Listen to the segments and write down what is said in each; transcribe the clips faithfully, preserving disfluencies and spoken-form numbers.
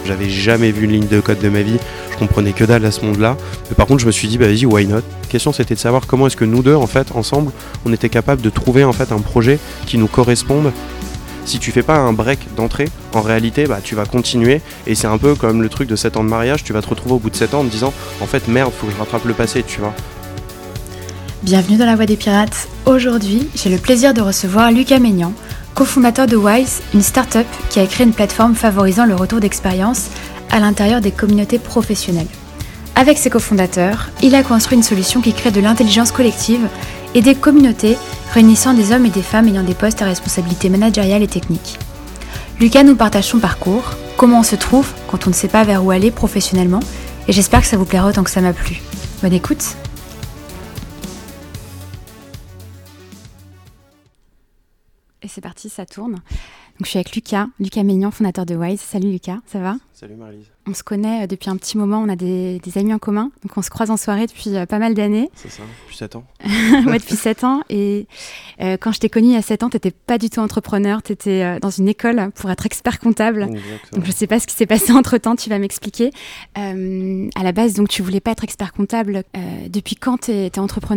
j'avais jamais vu une ligne de code de ma vie, je comprenais que dalle à ce monde-là. Mais par contre, je me suis dit, bah vas-y, why not ? La question, c'était de savoir comment est-ce que nous deux, en fait, ensemble, on était capable de trouver en fait un projet qui nous corresponde. Si tu fais pas un break d'entrée, en réalité, bah, tu vas continuer. Et c'est un peu comme le truc de sept ans de mariage, tu vas te retrouver au bout de sept ans en te disant, en fait, merde, faut que je rattrape le passé, tu vois. Bienvenue dans la Voix des Pirates. Aujourd'hui, j'ai le plaisir de recevoir Lucas Maignan, cofondateur de Wise, une start-up qui a créé une plateforme favorisant le retour d'expérience à l'intérieur des communautés professionnelles. Avec ses cofondateurs, il a construit une solution qui crée de l'intelligence collective et des communautés réunissant des hommes et des femmes ayant des postes à responsabilité managériale et technique. Lucas nous partage son parcours, comment on se trouve quand on ne sait pas vers où aller professionnellement, et j'espère que ça vous plaira autant que ça m'a plu. Bonne écoute. Et c'est parti, ça tourne. Donc, je suis avec Lucas, Lucas Maignan, fondateur de Wise. Salut Lucas, ça va ? Salut Marie-Lise. On se connaît depuis un petit moment, on a des, des amis en commun, donc on se croise en soirée depuis euh, pas mal d'années. C'est ça, depuis sept ans. Ouais, depuis sept ans. Et euh, quand je t'ai connu il y a sept ans, tu n'étais pas du tout entrepreneur, tu étais euh, dans une école pour être expert comptable. Exactement. Donc je ne sais pas ce qui s'est passé entre-temps, tu vas m'expliquer. Euh, à la base, donc, tu ne voulais pas être expert comptable. Euh, depuis quand tu es entrepreneur ?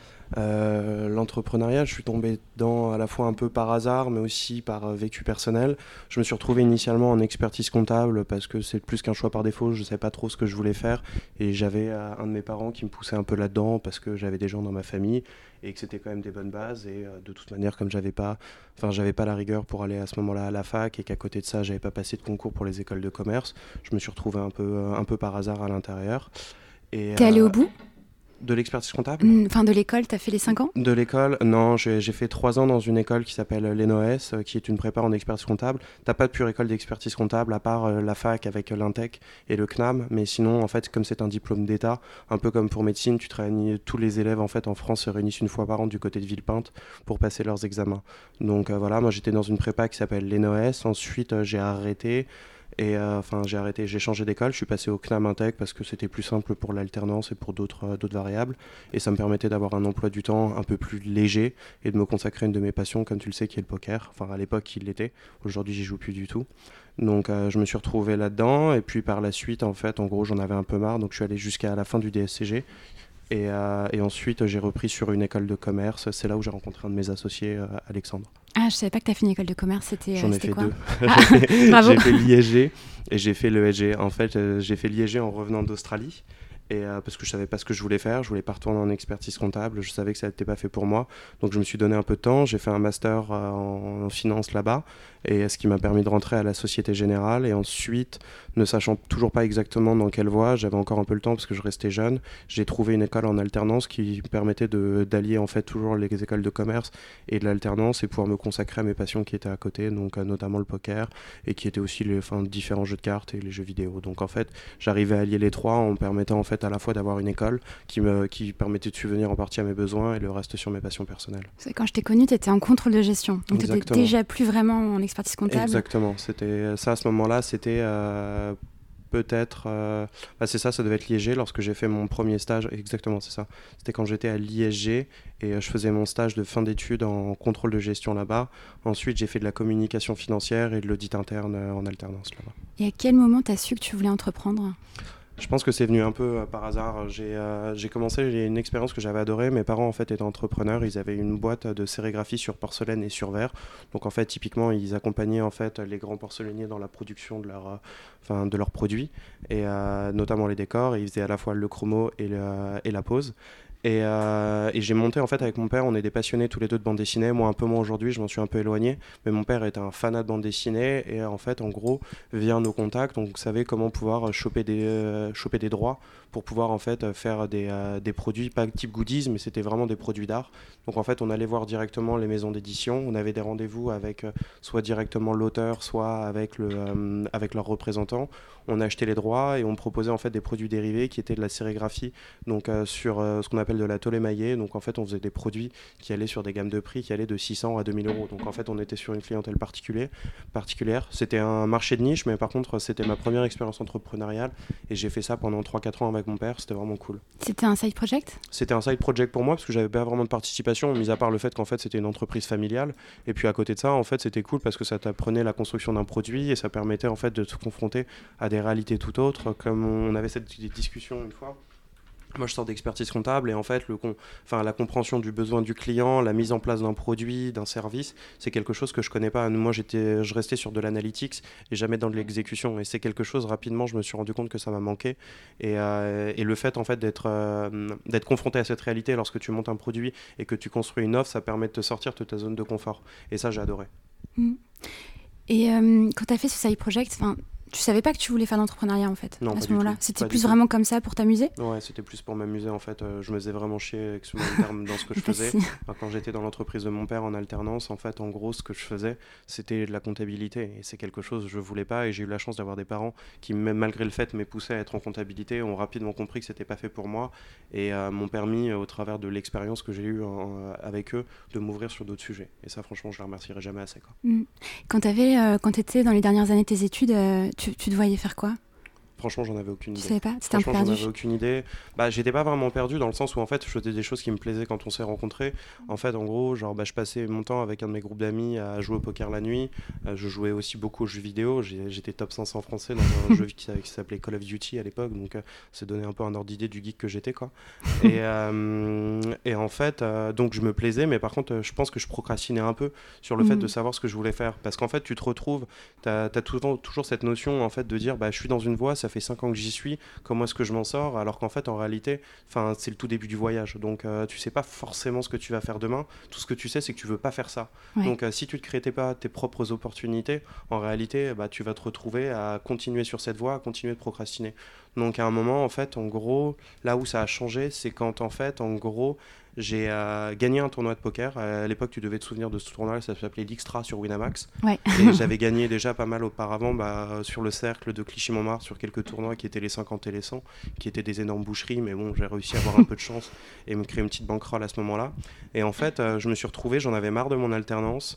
Euh, l'entrepreneuriat, je suis tombé dedans à la fois un peu par hasard, mais aussi par euh, vécu personnel. Je me suis retrouvé initialement en expertise comptable parce que c'est plus qu'un choix par défaut, je ne savais pas trop ce que je voulais faire et j'avais euh, un de mes parents qui me poussait un peu là-dedans parce que j'avais des gens dans ma famille et que c'était quand même des bonnes bases et euh, de toute manière comme j'avais pas, enfin j'avais pas la rigueur pour aller à ce moment-là à la fac et qu'à côté de ça j'avais pas passé de concours pour les écoles de commerce, je me suis retrouvé un peu, euh, un peu par hasard à l'intérieur. Et, T'es euh, allé au bout ? De l'expertise comptable ? Enfin, de l'école, tu as fait les cinq ans ? De l'école, non, j'ai, j'ai fait trois ans dans une école qui s'appelle l'E N O S, euh, qui est une prépa en expertise comptable. T'as pas de pure école d'expertise comptable, à part euh, la fac avec euh, l'Intec et le C N A M, mais sinon, en fait, comme c'est un diplôme d'État, un peu comme pour médecine, tu te réunis, tous les élèves en fait en France se réunissent une fois par an du côté de Villepinte pour passer leurs examens. Donc euh, voilà, moi j'étais dans une prépa qui s'appelle l'E N O S, ensuite euh, j'ai arrêté. Et euh, enfin, j'ai arrêté, j'ai changé d'école, je suis passé au C N A M Intec parce que c'était plus simple pour l'alternance et pour d'autres, euh, d'autres variables. Et ça me permettait d'avoir un emploi du temps un peu plus léger et de me consacrer à une de mes passions, comme tu le sais, qui est le poker. Enfin, à l'époque, il l'était. Aujourd'hui, j'y joue plus du tout. Donc, euh, je me suis retrouvé là-dedans. Et puis, par la suite, en fait, en gros, j'en avais un peu marre. Donc, je suis allé jusqu'à la fin du D S C G. Et, euh, et ensuite, j'ai repris sur une école de commerce. C'est là où j'ai rencontré un de mes associés, euh, Alexandre. Ah, je savais pas que tu as fait une école de commerce, c'était, J'en ai c'était fait quoi ? deux. Ah, j'ai, bravo. j'ai fait l'I S G et j'ai fait le S G. En fait, euh, j'ai fait l'I S G en revenant d'Australie. Et euh, parce que je savais pas ce que je voulais faire, je voulais pas retourner en expertise comptable, je savais que ça n'était pas fait pour moi, donc je me suis donné un peu de temps, j'ai fait un master euh, en, en finance là-bas, et ce qui m'a permis de rentrer à la Société Générale, et ensuite, ne sachant toujours pas exactement dans quelle voie, j'avais encore un peu le temps parce que je restais jeune, j'ai trouvé une école en alternance qui me permettait de, d'allier en fait toujours les écoles de commerce et de l'alternance et pouvoir me consacrer à mes passions qui étaient à côté, donc euh, notamment le poker, et qui étaient aussi les enfin, différents jeux de cartes et les jeux vidéo. Donc en fait, j'arrivais à allier les trois en me permettant en fait à la fois d'avoir une école qui me qui permettait de subvenir en partie à mes besoins et le reste sur mes passions personnelles. C'est quand je t'ai connu, tu étais en contrôle de gestion. Donc tu n'étais déjà plus vraiment en expertise comptable. Exactement. C'était ça à ce moment-là, c'était euh, peut-être euh, bah c'est ça, ça devait être l'I S G lorsque j'ai fait mon premier stage. Exactement, c'est ça. C'était quand j'étais à l'I S G et euh, je faisais mon stage de fin d'études en contrôle de gestion là-bas. Ensuite, j'ai fait de la communication financière et de l'audit interne euh, en alternance là-bas. Et à quel moment tu as su que tu voulais entreprendre ? Je pense que c'est venu un peu euh, par hasard. J'ai, euh, j'ai commencé, j'ai une expérience que j'avais adorée. Mes parents en fait étaient entrepreneurs. Ils avaient une boîte de sérigraphie sur porcelaine et sur verre. Donc en fait, typiquement, ils accompagnaient en fait les grands porcelainiers dans la production de leurs, euh, enfin, de leurs produits et euh, notamment les décors. Et ils faisaient à la fois le chromo et, le, et la pose. Et, euh, et j'ai monté en fait avec mon père, on est des passionnés tous les deux de bande dessinée, moi un peu moins aujourd'hui, je m'en suis un peu éloigné, mais mon père était un fanat de bande dessinée et en fait en gros via nos contacts on savait comment pouvoir choper des, euh, choper des droits pour pouvoir en fait faire des, euh, des produits, pas type goodies mais c'était vraiment des produits d'art. Donc en fait on allait voir directement les maisons d'édition, on avait des rendez-vous avec euh, soit directement l'auteur, soit avec, le, euh, avec leur représentant. On achetait les droits et on proposait en fait des produits dérivés qui étaient de la sérigraphie, donc euh, sur euh, ce qu'on appelle de la tôle émaillée. Donc en fait on faisait des produits qui allaient sur des gammes de prix qui allaient de six cents à deux mille euros. Donc en fait on était sur une clientèle particulière. particulière. C'était un marché de niche, mais par contre c'était ma première expérience entrepreneuriale et j'ai fait ça pendant trois quatre ans avec mon père, c'était vraiment cool. C'était un side project ? C'était un side project pour moi parce que j'avais pas vraiment de participation, mis à part le fait qu'en fait c'était une entreprise familiale. Et puis à côté de ça, en fait, c'était cool parce que ça t'apprenait la construction d'un produit et ça permettait en fait de te confronter à des réalités tout autres. Comme on avait cette discussion une fois. Moi, je sors d'expertise comptable et en fait, le con... enfin, la compréhension du besoin du client, la mise en place d'un produit, d'un service, c'est quelque chose que je connais pas. Moi, j'étais, je restais sur de l'analytics et jamais dans de l'exécution. Et c'est quelque chose, rapidement, je me suis rendu compte que ça m'a manqué. Et, euh, et le fait, en fait, d'être, euh, d'être confronté à cette réalité lorsque tu montes un produit et que tu construis une offre, ça permet de te sortir de ta zone de confort. Et ça, j'ai adoré. Mmh. Et euh, quand tu as fait ce side project, enfin... Tu savais pas que tu voulais faire l'entrepreneuriat en fait, non, à ce moment-là. C'était pas plus vraiment comme ça pour t'amuser ? Ouais, c'était plus pour m'amuser en fait. Euh, je me faisais vraiment chier avec ce terme dans ce que je faisais. Enfin, quand j'étais dans l'entreprise de mon père en alternance, en fait, en gros, ce que je faisais, c'était de la comptabilité. Et c'est quelque chose que je voulais pas. Et j'ai eu la chance d'avoir des parents qui, même malgré le fait, me poussaient à être en comptabilité, ont rapidement compris que c'était pas fait pour moi et euh, m'ont permis, au travers de l'expérience que j'ai eue en, avec eux, de m'ouvrir sur d'autres sujets. Et ça, franchement, je les remercierai jamais assez, quoi. Mmh. Quand t'avais, euh, quand t'étais dans les dernières années de tes études, euh, tu, tu te voyais faire quoi ? Franchement, j'en avais aucune idée. Tu savais pas ? C'était un peu Franchement, perdu. j'en avais aucune idée. Bah, j'étais pas vraiment perdu dans le sens où en fait, je faisais des choses qui me plaisaient quand on s'est rencontrés. En fait, en gros, genre, bah, je passais mon temps avec un de mes groupes d'amis à jouer au poker la nuit. Euh, je jouais aussi beaucoup aux jeux vidéo. J'ai, j'étais top cinq cents français dans un jeu qui, qui s'appelait Call of Duty à l'époque. Donc, euh, ça donnait un peu un ordre d'idée du geek que j'étais, quoi. et, euh, et en fait, euh, donc je me plaisais, mais par contre, euh, je pense que je procrastinais un peu sur le mmh. fait de savoir ce que je voulais faire. Parce qu'en fait, tu te retrouves, t'as, t'as tout, toujours cette notion en fait de dire, bah, je suis dans une voie, ça fait cinq ans que j'y suis. Comment est-ce que je m'en sors, alors qu'en fait en réalité c'est le tout début du voyage, donc euh, tu sais pas forcément ce que tu vas faire demain. Tout ce que tu sais, c'est que tu veux pas faire ça, ouais. Donc euh, si tu ne crées pas tes propres opportunités, en réalité bah, tu vas te retrouver à continuer sur cette voie, à continuer de procrastiner. Donc à un moment en fait, en gros, là où ça a changé, c'est quand en fait en gros j'ai euh, gagné un tournoi de poker. À l'époque, tu devais te souvenir de ce tournoi, ça s'appelait l'Xtra sur Winamax. Ouais. Et j'avais gagné déjà pas mal auparavant bah, sur le cercle de Clichy-Montmartre, sur quelques tournois qui étaient les cinquante et les cent, qui étaient des énormes boucheries. Mais bon, j'ai réussi à avoir un peu de chance et me créer une petite bankroll à ce moment-là. Et en fait, euh, je me suis retrouvé, j'en avais marre de mon alternance.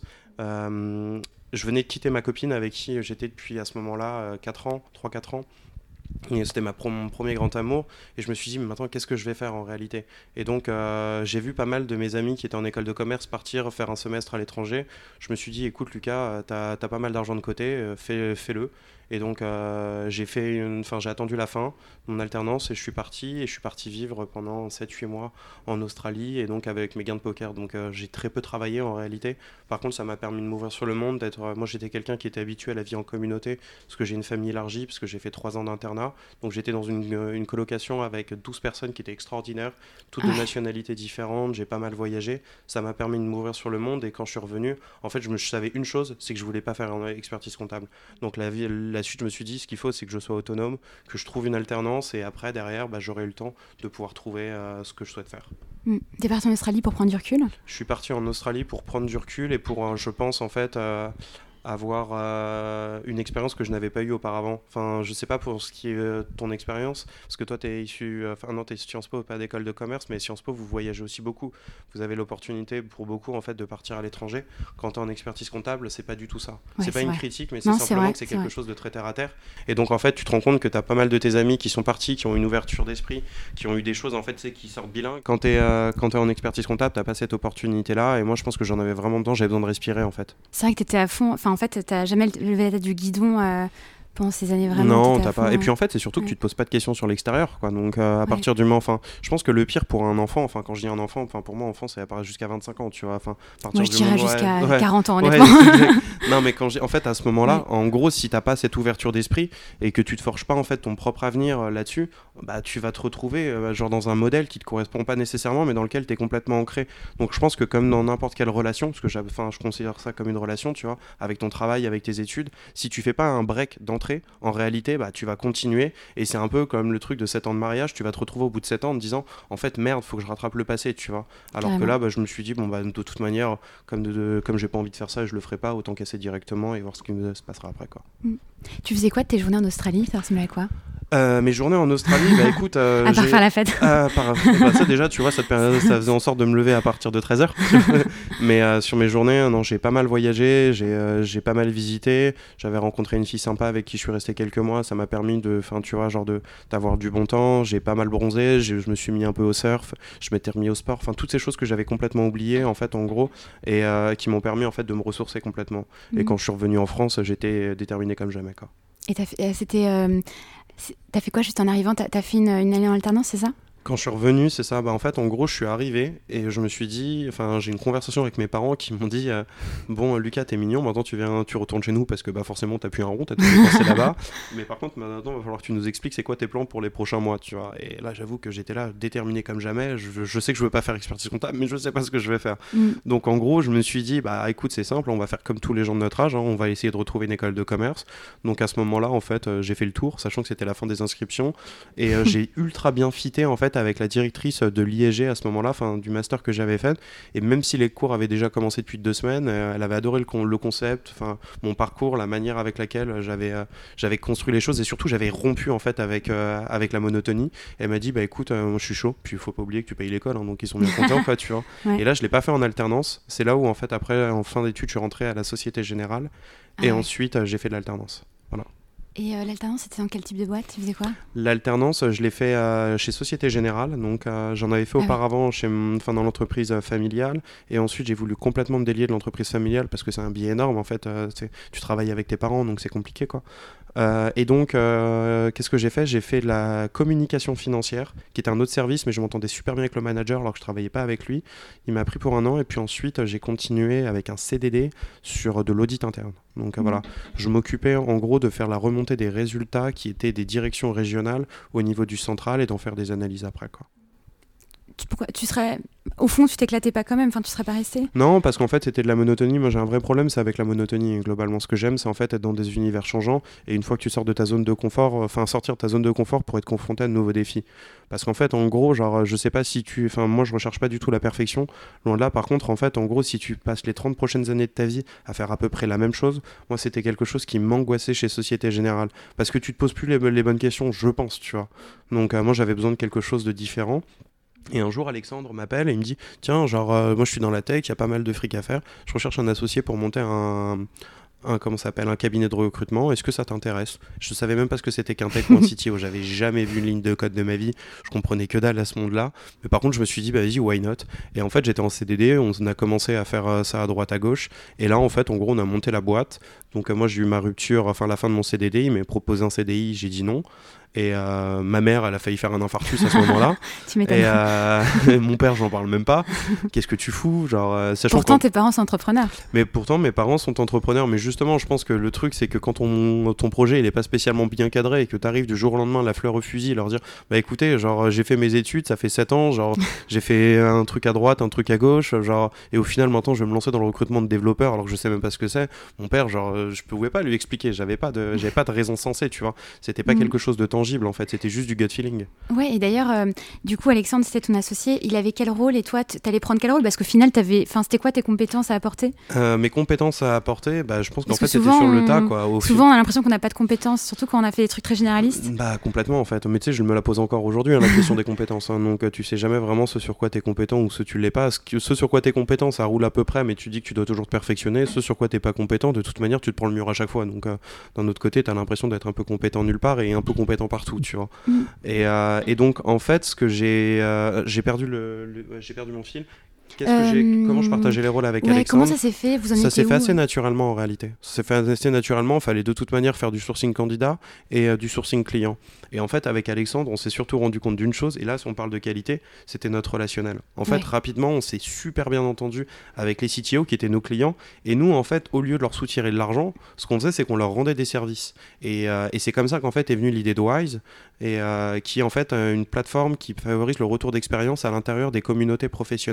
Euh, je venais de quitter ma copine avec qui j'étais depuis à ce moment-là euh, quatre ans, trois quatre ans. Et c'était ma pro- mon premier grand amour et je me suis dit mais maintenant qu'est-ce que je vais faire en réalité. Et donc euh, j'ai vu pas mal de mes amis qui étaient en école de commerce partir faire un semestre à l'étranger. Je me suis dit écoute Lucas, t'as, t'as pas mal d'argent de côté, fais, fais-le. Et donc euh, j'ai fait une, j'ai attendu la fin de mon alternance et je suis parti et je suis parti vivre pendant sept huit mois en Australie et donc avec mes gains de poker. Donc euh, j'ai très peu travaillé en réalité. Par contre ça m'a permis de m'ouvrir sur le monde, d'être, euh, moi j'étais quelqu'un qui était habitué à la vie en communauté parce que j'ai une famille élargie, parce que j'ai fait trois ans d'internat. Donc j'étais dans une, une colocation avec douze personnes qui étaient extraordinaires, toutes de nationalités différentes, j'ai pas mal voyagé. Ça m'a permis de m'ouvrir sur le monde et quand je suis revenu, en fait je, me, je savais une chose, c'est que je voulais pas faire une expertise comptable. Donc la, vie, la suite je me suis dit ce qu'il faut c'est que je sois autonome, que je trouve une alternance et après derrière bah, j'aurai eu le temps de pouvoir trouver euh, ce que je souhaite faire. Mmh. T'es parti en Australie pour prendre du recul ? Je suis parti en Australie pour prendre du recul et pour euh, je pense en fait euh, avoir euh, une expérience que je n'avais pas eue auparavant. Enfin, je sais pas pour ce qui est euh, ton expérience, parce que toi, tu es issu, enfin euh, non, tu es Sciences Po, pas d'école de commerce, mais Sciences Po, vous voyagez aussi beaucoup. Vous avez l'opportunité pour beaucoup en fait de partir à l'étranger. Quand tu es en expertise comptable, c'est pas du tout ça. Ouais, c'est, c'est pas vrai. Une critique, mais c'est non, simplement c'est vrai, que c'est, c'est quelque vrai. chose de très terre à terre. Et donc en fait, tu te rends compte que tu as pas mal de tes amis qui sont partis, qui ont une ouverture d'esprit, qui ont eu des choses en fait, c'est qui sortent bilingues. Quand tu es euh, quand tu es en expertise comptable, t'as pas cette opportunité-là. Et moi, je pense que j'en avais vraiment besoin. J'avais besoin de respirer en fait. C'est vrai que t'étais à fond. Enfin, en fait, t'as jamais levé la tête du guidon euh, pendant ces années vraiment. Non, t'as pas. Et puis en fait, c'est surtout ouais. que tu te poses pas de questions sur l'extérieur, quoi. Donc euh, à ouais. partir du moment, enfin, je pense que le pire pour un enfant, enfin, quand je dis un enfant, enfin, pour moi, enfant, c'est à partir jusqu'à vingt-cinq ans, tu vois. Enfin, moi, je dirais jusqu'à ouais. quarante ans, honnêtement. Ouais, non, mais quand j'ai, en fait, à ce moment-là, ouais. en gros, si t'as pas cette ouverture d'esprit et que tu te forges pas en fait ton propre avenir euh, là-dessus, bah, tu vas te retrouver euh, genre dans un modèle qui te correspond pas nécessairement, mais dans lequel t'es complètement ancré. Donc, je pense que comme dans n'importe quelle relation, parce que enfin, je considère ça comme une relation, tu vois, avec ton travail, avec tes études, si tu fais pas un break d'entrée, en réalité bah, tu vas continuer et c'est un peu comme le truc de sept ans de mariage, tu vas te retrouver au bout de sept ans en te disant en fait merde faut que je rattrape le passé, tu vois, alors Carrément. que là bah, je me suis dit bon bah de toute manière comme, de, de, comme j'ai pas envie de faire ça je le ferai pas, autant casser directement et voir ce qui me se passera après quoi. Mmh. Tu faisais quoi de tes journées en Australie, ça ressemblait à quoi? Euh, mes journées en Australie, bah écoute... Euh, à part j'ai... faire la fête. Euh, par... bah, ça déjà, tu vois, ça, te... ça faisait en sorte de me lever à partir de treize heures. Mais euh, sur mes journées, non, j'ai pas mal voyagé, j'ai, euh, j'ai pas mal visité. J'avais rencontré une fille sympa avec qui je suis resté quelques mois. Ça m'a permis de, enfin, tu vois, genre de, d'avoir du bon temps. J'ai pas mal bronzé, j'ai... je me suis mis un peu au surf, je m'étais remis au sport. Enfin, toutes ces choses que j'avais complètement oubliées, en fait, en gros, et euh, qui m'ont permis, en fait, de me ressourcer complètement. Mmh. Et quand je suis revenu en France, j'étais déterminé comme jamais, quoi. Et t'as fait, c'était, euh, t'as fait quoi juste en arrivant? T'as, t'as fait une, une année en alternance, c'est ça? Quand je suis revenu, c'est ça. Bah, en fait, en gros, je suis arrivé et je me suis dit, enfin, j'ai une conversation avec mes parents qui m'ont dit, euh, bon, Lucas, t'es mignon, maintenant tu viens, tu retournes chez nous parce que bah forcément t'as plus un rond, t'as tout dépensé là-bas. Mais par contre, maintenant, il va falloir que tu nous expliques c'est quoi tes plans pour les prochains mois, tu vois. Et là, j'avoue que j'étais là, déterminé comme jamais. Je, je sais que je veux pas faire expertise comptable, mais je sais pas ce que je vais faire. Mm. Donc, en gros, je me suis dit, bah, écoute, c'est simple, on va faire comme tous les gens de notre âge, hein, on va essayer de retrouver une école de commerce. Donc, à ce moment-là, en fait, euh, j'ai fait le tour, sachant que c'était la fin des inscriptions, et euh, j'ai ultra bien fité en fait avec la directrice de l'I E G à ce moment-là, enfin du master que j'avais fait, et même si les cours avaient déjà commencé depuis deux semaines, euh, elle avait adoré le, con- le concept, enfin mon parcours, la manière avec laquelle j'avais euh, j'avais construit les choses, et surtout j'avais rompu en fait avec euh, avec la monotonie. Et elle m'a dit bah écoute, euh, moi je suis chaud, puis il faut pas oublier que tu payes l'école, hein, donc ils sont bien contents en fait, tu vois. Ouais. Et là je l'ai pas fait en alternance, c'est là où en fait après en fin d'études je suis rentré à la Société Générale, ah, et ouais. ensuite euh, j'ai fait de l'alternance. Voilà. Et euh, l'alternance, c'était dans quel type de boîte? Tu faisais quoi? L'alternance, je l'ai fait euh, chez Société Générale, donc euh, j'en avais fait ah auparavant oui. chez, enfin, dans l'entreprise euh, familiale, et ensuite j'ai voulu complètement me délier de l'entreprise familiale parce que c'est un billet énorme en fait, euh, tu travailles avec tes parents donc c'est compliqué quoi. Euh, et donc, euh, qu'est-ce que j'ai fait? J'ai fait de la communication financière, qui était un autre service, mais je m'entendais super bien avec le manager alors que je travaillais pas avec lui. Il m'a pris pour un an, et puis ensuite, j'ai continué avec un C D D sur de l'audit interne. Donc mmh. voilà, je m'occupais en gros de faire la remontée des résultats qui étaient des directions régionales au niveau du central et d'en faire des analyses après, quoi. Tu, pourquoi, tu serais... Au fond, tu t'éclatais pas quand même, enfin, tu serais pas resté? Non, parce qu'en fait, c'était de la monotonie. Moi, j'ai un vrai problème, c'est avec la monotonie. Globalement, ce que j'aime, c'est en fait être dans des univers changeants. Et une fois que tu sors de ta zone de confort, enfin, sortir de ta zone de confort pour être confronté à de nouveaux défis. Parce qu'en fait, en gros, genre, je sais pas si tu... Enfin, moi, je recherche pas du tout la perfection. Loin de là, par contre, en fait, en gros, si tu passes les trente prochaines années de ta vie à faire à peu près la même chose, moi, c'était quelque chose qui m'angoissait chez Société Générale. Parce que tu te poses plus les, les bonnes questions, je pense, tu vois. Donc, euh, moi, j'avais besoin de quelque chose de différent. Et un jour, Alexandre m'appelle et il me dit « Tiens, genre, euh, moi je suis dans la tech, il y a pas mal de fric à faire. Je recherche un associé pour monter un, un, comment ça s'appelle, un cabinet de recrutement. Est-ce que ça t'intéresse ?» Je savais même pas ce que c'était qu'un tech ou un C T O. J'avais jamais vu une ligne de code de ma vie. Je comprenais que dalle à ce monde-là. Mais par contre, je me suis dit « Bah vas-y, why not ?» Et en fait, j'étais en C D D, on a commencé à faire euh, ça à droite à gauche. Et là, en fait, en gros, on a monté la boîte. Donc euh, moi, j'ai eu ma rupture, enfin la fin de mon C D D. Il m'a proposé un C D I, j'ai dit non. Et euh, ma mère, elle a failli faire un infarctus à ce moment-là. Tu m'étonnes. Et euh, mon père, j'en parle même pas. Qu'est-ce que tu fous, genre, euh, sachant Pourtant, tes parents sont entrepreneurs. Mais pourtant, mes parents sont entrepreneurs. Mais justement, je pense que le truc, c'est que quand ton, ton projet, il est pas spécialement bien cadré et que tu arrives du jour au lendemain, la fleur au fusil, leur dire, bah écoutez, genre, j'ai fait mes études, ça fait sept ans, genre, j'ai fait un truc à droite, un truc à gauche, genre, et au final, maintenant, je vais me lancer dans le recrutement de développeurs alors que je sais même pas ce que c'est. Mon père, genre, je pouvais pas lui expliquer. J'avais pas de, j'avais pas de raison sensée, tu vois. C'était pas mmh. quelque chose de tangible, en fait. C'était juste du gut feeling. Ouais, et d'ailleurs, euh, du coup, Alexandre, c'était ton associé. Il avait quel rôle et toi, t'allais prendre quel rôle? Parce qu'au final, t'avais... Enfin, c'était quoi tes compétences à apporter? euh, Mes compétences à apporter, bah, je pense qu'en fait, c'était sur le tas, quoi. Au souvent, on a l'impression qu'on n'a pas de compétences, surtout quand on a fait des trucs très généralistes. Bah, complètement, en fait. Mais tu sais, je me la pose encore aujourd'hui, hein, la question des compétences. Hein. Donc, tu sais jamais vraiment ce sur quoi t'es compétent ou ce tu l'es pas. Ce, ce sur quoi t'es compétent, ça roule à peu près, mais tu dis que tu dois toujours te perfectionner. Ce sur quoi t'es pas compétent, de toute manière, tu te prends le mur à chaque fois. Donc, euh, d'un autre côté, t'as l'impression d'être un peu compétent nulle part et un peu compétent partout, tu vois. Mm. Et, euh, et donc, en fait, ce que j'ai, euh, j'ai perdu le, le j'ai perdu mon fil. Qu'est-ce que euh, j'ai, comment je partageais les rôles avec ouais, Alexandre? Comment ça s'est fait? Vous en Ça étiez s'est où? fait assez naturellement en réalité. Ça s'est fait assez naturellement. Il fallait de toute manière faire du sourcing candidat et euh, du sourcing client. Et en fait, avec Alexandre, on s'est surtout rendu compte d'une chose. Et là, si on parle de qualité, c'était notre relationnel. En fait, ouais. rapidement, on s'est super bien entendu avec les C T O qui étaient nos clients. Et nous, en fait, au lieu de leur soutirer de l'argent, ce qu'on faisait, c'est qu'on leur rendait des services. Et, euh, et c'est comme ça qu'en fait est venue l'idée de Wise, et euh, qui est en fait une plateforme qui favorise le retour d'expérience à l'intérieur des communautés professionnelles.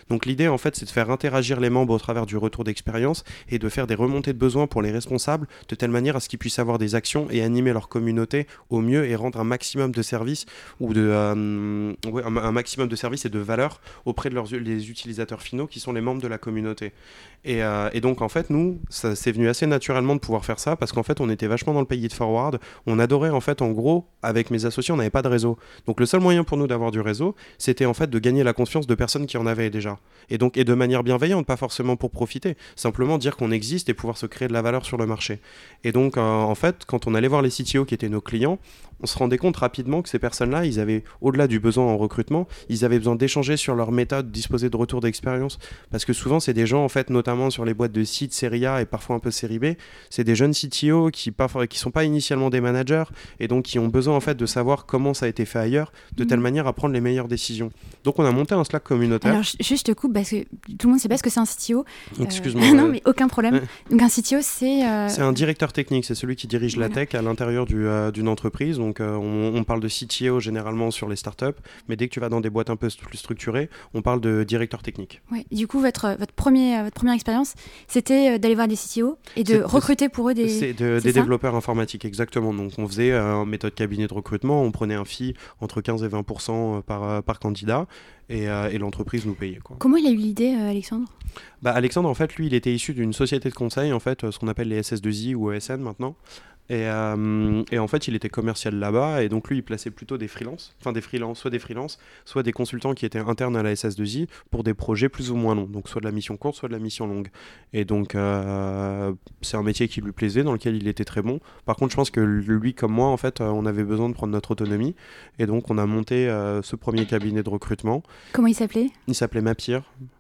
Donc l'idée en fait c'est de faire interagir les membres au travers du retour d'expérience et de faire des remontées de besoins pour les responsables de telle manière à ce qu'ils puissent avoir des actions et animer leur communauté au mieux et rendre un maximum de services ou de euh, ouais, un, un maximum de services et de valeur auprès de leurs les utilisateurs finaux qui sont les membres de la communauté. Et, euh, et donc en fait nous ça c'est venu assez naturellement de pouvoir faire ça parce qu'en fait on était vachement dans le pay it forward, on adorait en fait en gros avec mes associés on n'avait pas de réseau, donc le seul moyen pour nous d'avoir du réseau c'était en fait de gagner la confiance de personnes qui en avaient déjà et donc et de manière bienveillante, pas forcément pour profiter, simplement dire qu'on existe et pouvoir se créer de la valeur sur le marché. Et donc euh, en fait quand on allait voir les C T O qui étaient nos clients, on se rendait compte rapidement que ces personnes-là, ils avaient, au-delà du besoin en recrutement, ils avaient besoin d'échanger sur leur méthode, disposer de retours d'expérience. Parce que souvent, c'est des gens, en fait, notamment sur les boîtes de sites, série A et parfois un peu série B, c'est des jeunes C T O qui ne sont pas initialement des managers et donc qui ont besoin, en fait, de savoir comment ça a été fait ailleurs, de telle manière à prendre les meilleures décisions. Donc, on a monté un Slack communautaire. Alors, juste, je te coupe parce que tout le monde ne sait pas ce que c'est un C T O. Excuse-moi. Euh, non, mais aucun problème. Donc, un C T O, c'est... Euh... C'est un directeur technique, c'est celui qui dirige voilà. la tech à l'intérieur du, euh, d'une entreprise. Donc, euh, on, on parle de C T O généralement sur les startups, mais dès que tu vas dans des boîtes un peu plus structurées, on parle de directeur technique. Ouais. Du coup, votre, votre, premier, votre première expérience, c'était d'aller voir des C T O et de c'est, recruter pour eux des, c'est de, c'est des développeurs informatiques, exactement. Donc, on faisait euh, une méthode cabinet de recrutement, on prenait un fee entre quinze et vingt pour cent par, par candidat et, euh, et l'entreprise nous payait, quoi. Comment il a eu l'idée, euh, Alexandre ? Bah, Alexandre, en fait, lui, il était issu d'une société de conseil, en fait, ce qu'on appelle les S S deux I ou E S N maintenant. Et, euh, et en fait, il était commercial là-bas, et donc lui, il plaçait plutôt des freelances, enfin des freelances, soit des freelances, soit des consultants qui étaient internes à la S S deux I pour des projets plus ou moins longs, donc soit de la mission courte, soit de la mission longue. Et donc, euh, c'est un métier qui lui plaisait, dans lequel il était très bon. Par contre, je pense que lui, comme moi, en fait, on avait besoin de prendre notre autonomie, et donc on a monté euh, ce premier cabinet de recrutement. Comment il s'appelait ? Il s'appelait Mapir.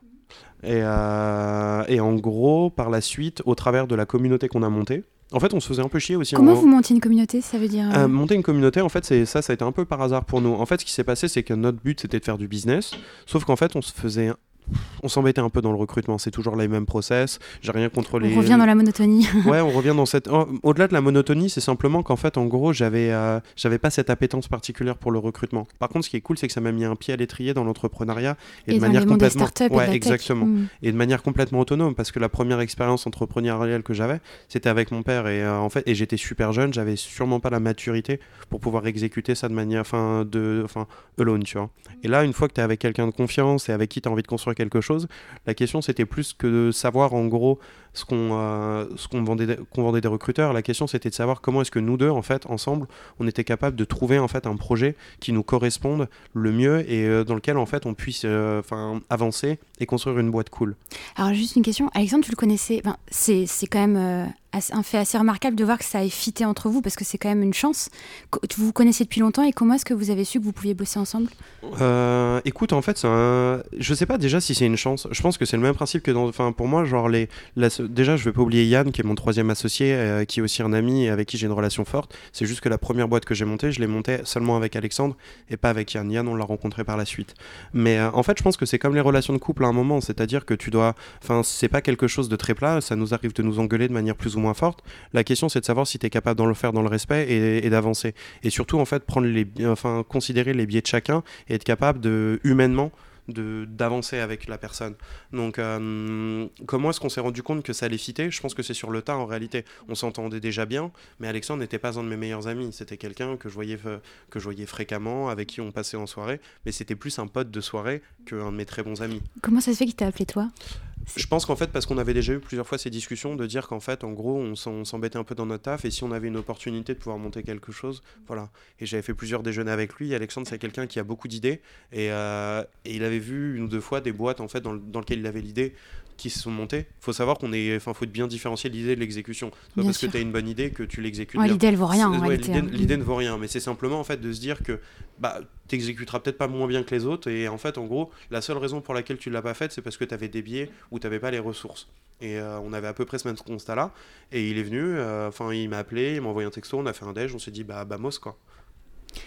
Et, euh, et en gros, par la suite, au travers de la communauté qu'on a montée, en fait, on se faisait un peu chier aussi. Comment en... vous montiez une communauté, ça veut dire euh... Euh, Monter une communauté, en fait, c'est ça, ça a été un peu par hasard pour nous. En fait, ce qui s'est passé, c'est que notre but, c'était de faire du business, sauf qu'en fait, on se faisait... On s'embêtait un peu dans le recrutement, c'est toujours les mêmes process, j'ai rien contre les... On revient dans la monotonie. Ouais, on revient dans cette... Oh, au-delà de la monotonie, c'est simplement qu'en fait, en gros, j'avais, euh, j'avais pas cette appétence particulière pour le recrutement. Par contre, ce qui est cool, c'est que ça m'a mis un pied à l'étrier dans l'entrepreneuriat et, et de manière complètement... Ouais, et exactement. Mmh. Et de manière complètement autonome, parce que la première expérience entrepreneuriale que j'avais, c'était avec mon père et euh, en fait, et j'étais super jeune, j'avais sûrement pas la maturité pour pouvoir exécuter ça de manière, enfin, de, enfin, alone, tu vois. Et là, une fois que t'es avec quelqu'un de confiance et avec qui t'as envie de construire quelque chose, la question, c'était plus que de savoir, en gros, ce qu'on, euh, ce qu'on, vendait, qu'on vendait des recruteurs. La question, c'était de savoir comment est-ce que nous deux, en fait, ensemble, on était capable de trouver, en fait, un projet qui nous corresponde le mieux et euh, dans lequel, en fait, on puisse euh, avancer et construire une boîte cool. Alors, juste une question. Alexandre, tu le connaissais... Enfin, c'est, c'est quand même... Euh... un fait assez remarquable de voir que ça ait fité entre vous parce que c'est quand même une chance. Vous vous connaissez depuis longtemps et comment est-ce que vous avez su que vous pouviez bosser ensemble ? euh, Écoute, en fait, c'est un... je sais pas déjà si c'est une chance. Je pense que c'est le même principe que dans... Enfin, pour moi, genre les... La... déjà, je vais pas oublier Yann, qui est mon troisième associé, euh, qui est aussi un ami et avec qui j'ai une relation forte. C'est juste que la première boîte que j'ai montée, je l'ai montée seulement avec Alexandre et pas avec Yann. Yann, on l'a rencontré par la suite. Mais euh, en fait, je pense que c'est comme les relations de couple à un moment, c'est-à-dire que tu dois... Enfin, c'est pas quelque chose de très plat, ça nous arrive de nous engueuler de manière plus ou moins forte. La question, c'est de savoir si tu es capable d'en le faire dans le respect et, et d'avancer. Et surtout, en fait, prendre les, enfin, considérer les biais de chacun et être capable de, humainement, de, d'avancer avec la personne. Donc, euh, comment est-ce qu'on s'est rendu compte que ça allait fitter ? Je pense que c'est sur le tas, en réalité. On s'entendait déjà bien, mais Alexandre n'était pas un de mes meilleurs amis. C'était quelqu'un que je voyais, que je voyais fréquemment, avec qui on passait en soirée, mais c'était plus un pote de soirée qu'un de mes très bons amis. Comment ça se fait qu'il t'a appelé toi ? Je pense qu'en fait, parce qu'on avait déjà eu plusieurs fois ces discussions, de dire qu'en fait, en gros, on, on s'embêtait un peu dans notre taf, et si on avait une opportunité de pouvoir monter quelque chose, voilà. Et j'avais fait plusieurs déjeuners avec lui. Alexandre, c'est quelqu'un qui a beaucoup d'idées, et, euh, et il avait vu une ou deux fois des boîtes, en fait, dans, dans lesquelles il avait l'idée, qui se sont montées. Il faut savoir qu'on est, enfin, faut bien différencier l'idée de l'exécution. C'est pas bien parce sûr. que tu as une bonne idée que tu l'exécutes ouais, bien. L'idée, elle vaut rien. Ouais, réalité, l'idée, hein. l'idée ne vaut rien, mais c'est simplement en fait de se dire que bah, tu exécuteras peut-être pas moins bien que les autres, et en fait, en gros, la seule raison pour laquelle tu l'as pas faite, c'est parce que tu avais des biais ou tu n'avais pas les ressources. Et euh, on avait à peu près ce même constat-là, et il est venu, enfin, euh, il m'a appelé, il m'a envoyé un texto, on a fait un déj, on s'est dit, bah, bah, mos, quoi.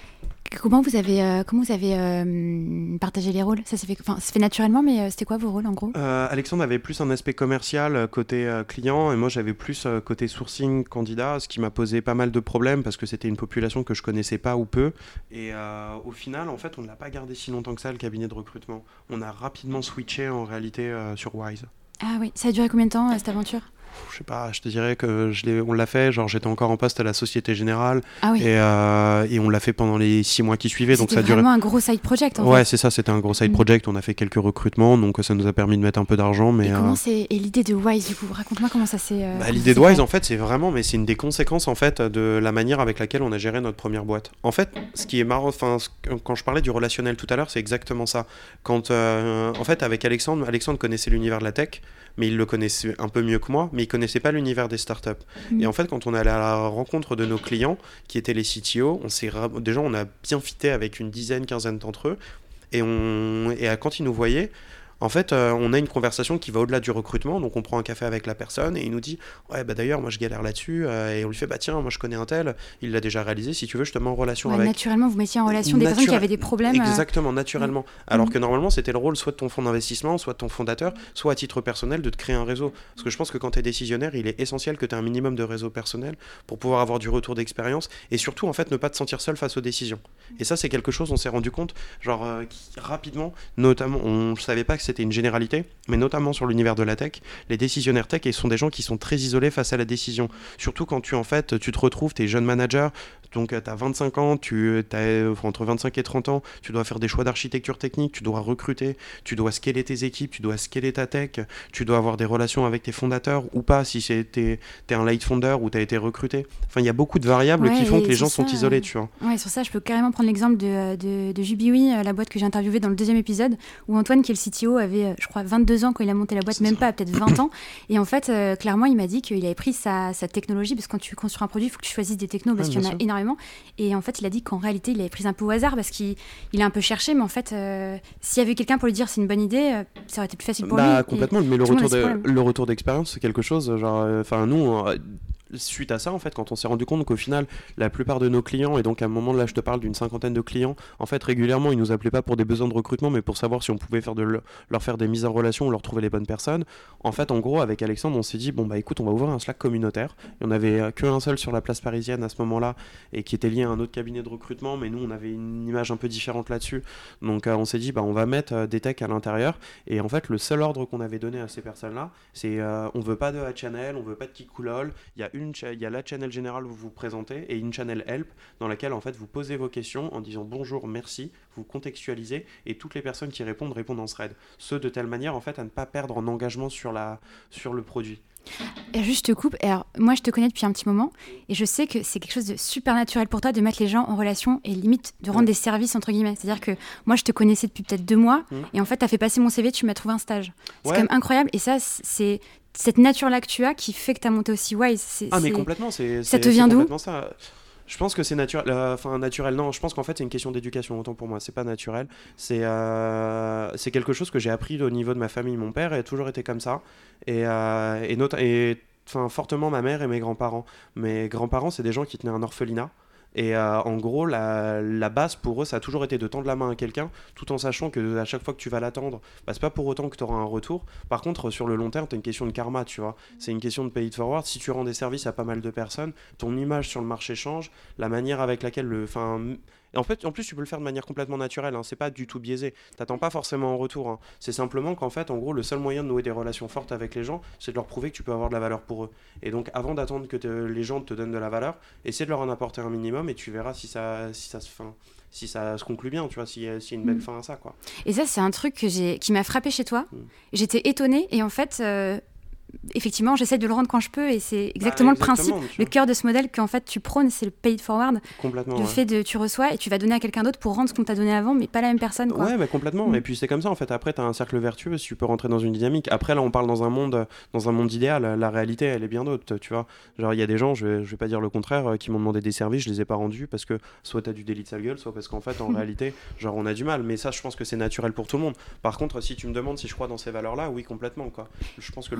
Comment vous avez, euh, comment vous avez euh, partagé les rôles? Ça s'est fait, enfin, ça se fait naturellement, mais euh, c'était quoi vos rôles en gros? Euh, Alexandre avait plus un aspect commercial euh, côté euh, client et moi j'avais plus euh, côté sourcing candidat, ce qui m'a posé pas mal de problèmes parce que c'était une population que je connaissais pas ou peu. Et euh, au final, en fait, on ne l'a pas gardé si longtemps que ça, le cabinet de recrutement. On a rapidement switché en réalité euh, sur Wise. Ah oui, ça a duré combien de temps euh, cette aventure? Je sais pas, je te dirais que je l'ai, on l'a fait, genre j'étais encore en poste à la Société Générale Ah oui. et, euh, et on l'a fait pendant les six mois qui suivaient. Donc C'était ça a duré. vraiment un gros side project en Ouais, fait. c'est ça, c'était un gros side Mm. project. On a fait quelques recrutements, donc ça nous a permis de mettre un peu d'argent. Mais Et comment euh, c'est et l'idée de Wise du coup? Raconte-moi comment ça s'est. Euh, bah, comment l'idée ça de s'est Wise, fait. en fait, c'est vraiment, mais c'est une des conséquences en fait de la manière avec laquelle on a géré notre première boîte. En fait, ce qui est marrant, enfin, ce que- quand je parlais du relationnel tout à l'heure, c'est exactement ça. Quand, euh, en fait, avec Alexandre, Alexandre connaissait l'univers de la tech, mais il le connaissait un peu mieux que moi, mais il connaissait pas l'univers des startups. Mm. Et en fait, quand on est allé à la rencontre de nos clients, qui étaient les C T O, on s'est ra- déjà on a bien fité avec une dizaine, quinzaine d'entre eux, et on et à- quand ils nous voyaient. En fait, euh, on a une conversation qui va au-delà du recrutement, donc on prend un café avec la personne et il nous dit ouais bah d'ailleurs moi je galère là-dessus euh, et on lui fait bah tiens moi je connais un tel, il l'a déjà réalisé, si tu veux je te mets en relation Ouais, avec. naturellement, vous mettiez en relation des personnes qui Natura- avaient des problèmes. euh, Exactement, naturellement. Alors Mm. que normalement, c'était le rôle soit de ton fonds d'investissement, soit de ton fondateur, soit à titre personnel de te créer un réseau. Parce que je pense que quand tu es décisionnaire, il est essentiel que tu aies un minimum de réseau personnel pour pouvoir avoir du retour d'expérience et surtout, en fait, ne pas te sentir seul face aux décisions. Et ça, c'est quelque chose, on s'est rendu compte, genre, euh, qui, rapidement, notamment, on ne savait pas que c'était une généralité, mais notamment sur l'univers de la tech, les décisionnaires tech, ils sont des gens qui sont très isolés face à la décision. Surtout quand tu, en fait, tu te retrouves, tu es jeune manager, donc tu as vingt-cinq ans, tu as entre vingt-cinq et trente ans, tu dois faire des choix d'architecture technique, tu dois recruter, tu dois scaler tes équipes, tu dois scaler ta tech, tu dois avoir des relations avec tes fondateurs ou pas si tu es un late founder ou tu as été recruté. Enfin, il y a beaucoup de variables Ouais, qui font et que les sur gens sont ça, isolés, euh, tu vois. Ouais, sur ça, je peux carrément prendre l'exemple de, de, de Jubiwi, euh, la boîte que j'ai interviewée dans le deuxième épisode, où Antoine, qui est le C T O, avait, euh, je crois, vingt-deux ans quand il a monté la boîte, C'est même ça. pas, peut-être vingt ans. Et en fait, euh, clairement, il m'a dit qu'il avait pris sa, sa technologie, parce que quand tu construis un produit, il faut que tu choisisses des technos, parce Ouais, qu'il y en bien a sûr. énormément. Et en fait, il a dit qu'en réalité, il avait pris un peu au hasard, parce qu'il il a un peu cherché, mais en fait, euh, s'il y avait quelqu'un pour lui dire c'est une bonne idée, euh, ça aurait été plus facile pour Bah lui. complètement, mais le tout le monde retour, a ce de- problème. le retour d'expérience, c'est quelque chose, genre, enfin nous, euh, suite à ça, en fait, quand on s'est rendu compte qu'au final, la plupart de nos clients, et donc à un moment là, je te parle d'une cinquantaine de clients, en fait, régulièrement, ils nous appelaient pas pour des besoins de recrutement, mais pour savoir si on pouvait faire de le- leur faire des mises en relation ou leur trouver les bonnes personnes. En fait, en gros, avec Alexandre, on s'est dit, bon bah écoute, on va ouvrir un Slack communautaire. Et on avait euh, qu'un seul sur la place parisienne à ce moment-là, et qui était lié à un autre cabinet de recrutement, mais nous, on avait une image un peu différente là-dessus. Donc euh, on s'est dit, bah on va mettre euh, des techs à l'intérieur. Et en fait, le seul ordre qu'on avait donné à ces personnes-là, c'est euh, on veut pas de channel, on veut pas de Kikoulol. Il y a une, cha- il y a la channel générale où vous vous présentez et une channel help dans laquelle en fait vous posez vos questions en disant bonjour, merci, vous contextualisez et toutes les personnes qui répondent répondent en thread. Ce de telle manière en fait à ne pas perdre en engagement sur la sur le produit. Et juste je te coupe. Alors, moi, je te connais depuis un petit moment et je sais que c'est quelque chose de super naturel pour toi de mettre les gens en relation et limite de rendre Ouais. des services, entre guillemets. C'est-à-dire que moi, je te connaissais depuis peut-être deux mois Mhm. et en fait, tu as fait passer mon C V, tu m'as trouvé un stage. C'est Ouais. quand même incroyable et ça, c'est cette nature-là que tu as qui fait que tu as monté aussi Wise. C'est, Ah mais c'est- complètement, c'est Ça c'est- te c'est vient d'où? complètement ça. Je pense que c'est naturel, euh, enfin naturel. Non, je pense qu'en fait c'est une question d'éducation. Autant pour moi, c'est pas naturel. C'est euh, c'est quelque chose que j'ai appris au niveau de ma famille. Mon père a toujours été comme ça et euh, et, nota- et enfin fortement ma mère et mes grands-parents. Mes grands-parents, c'est des gens qui tenaient un orphelinat. Et euh, en gros, la, la base pour eux, ça a toujours été de tendre la main à quelqu'un, tout en sachant que à chaque fois que tu vas l'attendre, bah, c'est pas pour autant que tu auras un retour. Par contre, sur le long terme, tu as une question de karma, tu vois. C'est une question de pay it forward. Si tu rends des services à pas mal de personnes, ton image sur le marché change, la manière avec laquelle le. Enfin, et en fait, en plus, tu peux le faire de manière complètement naturelle. Hein. C'est pas du tout biaisé. T'attends pas forcément en retour. Hein. C'est simplement qu'en fait, en gros, le seul moyen de nouer des relations fortes avec les gens, c'est de leur prouver que tu peux avoir de la valeur pour eux. Et donc, avant d'attendre que te- les gens te donnent de la valeur, essaie de leur en apporter un minimum et tu verras si ça, si ça se, fin, si ça se conclut bien. Tu vois, s'il y a, s'il y a une belle Mm. fin à ça, quoi. Et ça, c'est un truc que j'ai, qui m'a frappé chez toi. Mm. J'étais étonnée et en fait, euh, effectivement, j'essaie de le rendre quand je peux et c'est exactement, Bah, le principe, exactement, tu le vois. cœur de ce modèle qu'en fait tu prônes, c'est le pay it forward. Complètement. Le ouais. fait de tu reçois et tu vas donner à quelqu'un d'autre pour rendre ce qu'on t'a donné avant, mais pas la même personne, quoi. Ouais, mais complètement. Mm. Et puis c'est comme ça, en fait. Après, tu as un cercle vertueux si tu peux rentrer dans une dynamique. Après, là, on parle dans un monde, dans un monde idéal. La réalité, elle est bien d'autre, tu vois. Genre, il y a des gens, je vais, je vais pas dire le contraire, euh, qui m'ont demandé des services, je les ai pas rendus parce que soit tu as du délit de sale gueule, soit parce qu'en fait, en réalité, genre, on a du mal. Mais ça, je pense que c'est naturel pour tout le monde. Par contre, si tu me demandes si je crois dans ces valeurs-là, oui, complètement, quoi. Je pense que le, la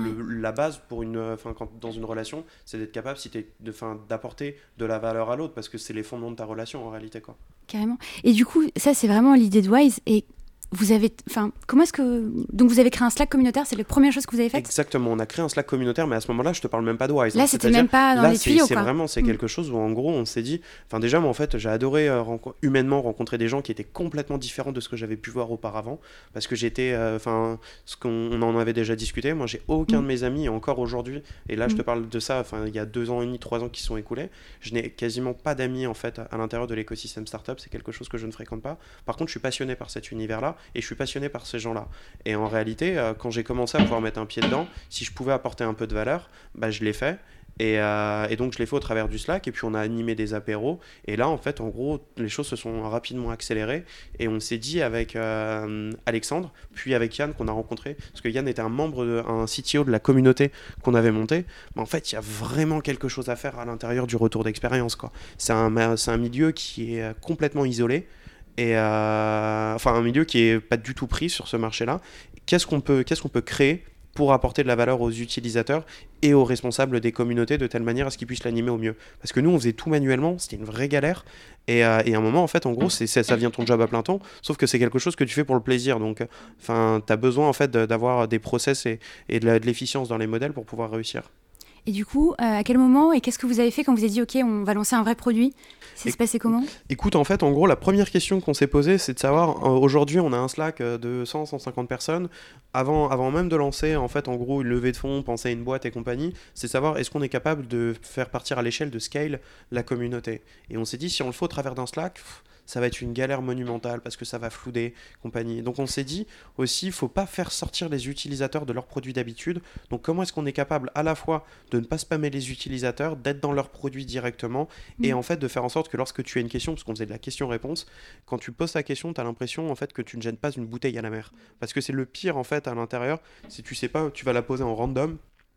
la base pour une, enfin, quand, dans une relation, c'est d'être capable si t'es, de, fin, d'apporter de la valeur à l'autre, parce que c'est les fondements de ta relation en réalité, quoi. Carrément. Et du coup, ça, c'est vraiment l'idée de Wise. Et vous avez, enfin, comment est-ce que, donc vous avez créé un Slack communautaire, c'est la première chose que vous avez faite ? Exactement, on a créé un Slack communautaire, mais à ce moment-là, je te parle même pas de Wise. Là, hein. c'était même pas dans là, les c'est, tuyaux, c'est quoi. vraiment, c'est Mm. quelque chose où en gros, on s'est dit, enfin déjà, moi en fait, j'ai adoré euh, renco- humainement rencontrer des gens qui étaient complètement différents de ce que j'avais pu voir auparavant, parce que j'étais, enfin, euh, ce qu'on on en avait déjà discuté. Moi, j'ai aucun Mm. de mes amis encore aujourd'hui, et là, je Mm. te parle de ça, enfin, il y a deux ans et demi, trois ans qui sont écoulés, je n'ai quasiment pas d'amis en fait à l'intérieur de l'écosystème startup. C'est quelque chose que je ne fréquente pas. Par contre, je suis passionné par cet univers-là, et je suis passionné par ces gens-là. Et en réalité, euh, quand j'ai commencé à pouvoir mettre un pied dedans, si je pouvais apporter un peu de valeur, bah, je l'ai fait. Et, euh, et donc, je l'ai fait au travers du Slack. Et puis, on a animé des apéros. Et là, en fait, en gros, les choses se sont rapidement accélérées. Et on s'est dit avec euh, Alexandre, puis avec Yann, qu'on a rencontré, parce que Yann était un membre, de, un C T O de la communauté qu'on avait montée. Mais en fait, il y a vraiment quelque chose à faire à l'intérieur du retour d'expérience, quoi. C'est un, c'est un milieu qui est complètement isolé. Et euh, enfin un milieu qui est pas du tout pris sur ce marché-là. Qu'est-ce qu'on peut, qu'est-ce qu'on peut créer pour apporter de la valeur aux utilisateurs et aux responsables des communautés de telle manière à ce qu'ils puissent l'animer au mieux. Parce que nous, on faisait tout manuellement, c'était une vraie galère. Et, euh, et à un moment, en fait, en gros, c'est, c'est, ça devient ton job à plein temps, sauf que c'est quelque chose que tu fais pour le plaisir. Donc, enfin, tu as besoin en fait d'avoir des process et, et de, la, de l'efficience dans les modèles pour pouvoir réussir. Et du coup, euh, à quel moment et qu'est-ce que vous avez fait quand vous avez dit, OK, on va lancer un vrai produit ? Ça se passait comment ? Écoute, en fait, en gros, la première question qu'on s'est posée, c'est de savoir, euh, aujourd'hui, on a un Slack de cent à cent cinquante personnes. Avant, avant même de lancer, en fait, en gros, une levée de fonds, penser à une boîte et compagnie, c'est de savoir, est-ce qu'on est capable de faire partir à l'échelle de scale la communauté ? Et on s'est dit, si on le fait au travers d'un Slack, pff, ça va être une galère monumentale parce que ça va flouder, compagnie. Donc on s'est dit aussi, il ne faut pas faire sortir les utilisateurs de leurs produits d'habitude. Donc comment est-ce qu'on est capable à la fois de ne pas spammer les utilisateurs, d'être dans leurs produits directement, mmh. et en fait de faire en sorte que lorsque tu as une question, parce qu'on faisait de la question-réponse, quand tu poses ta question, tu as l'impression en fait que tu ne gênes pas une bouteille à la mer. Parce que c'est le pire en fait à l'intérieur, si tu sais pas, tu vas la poser en random,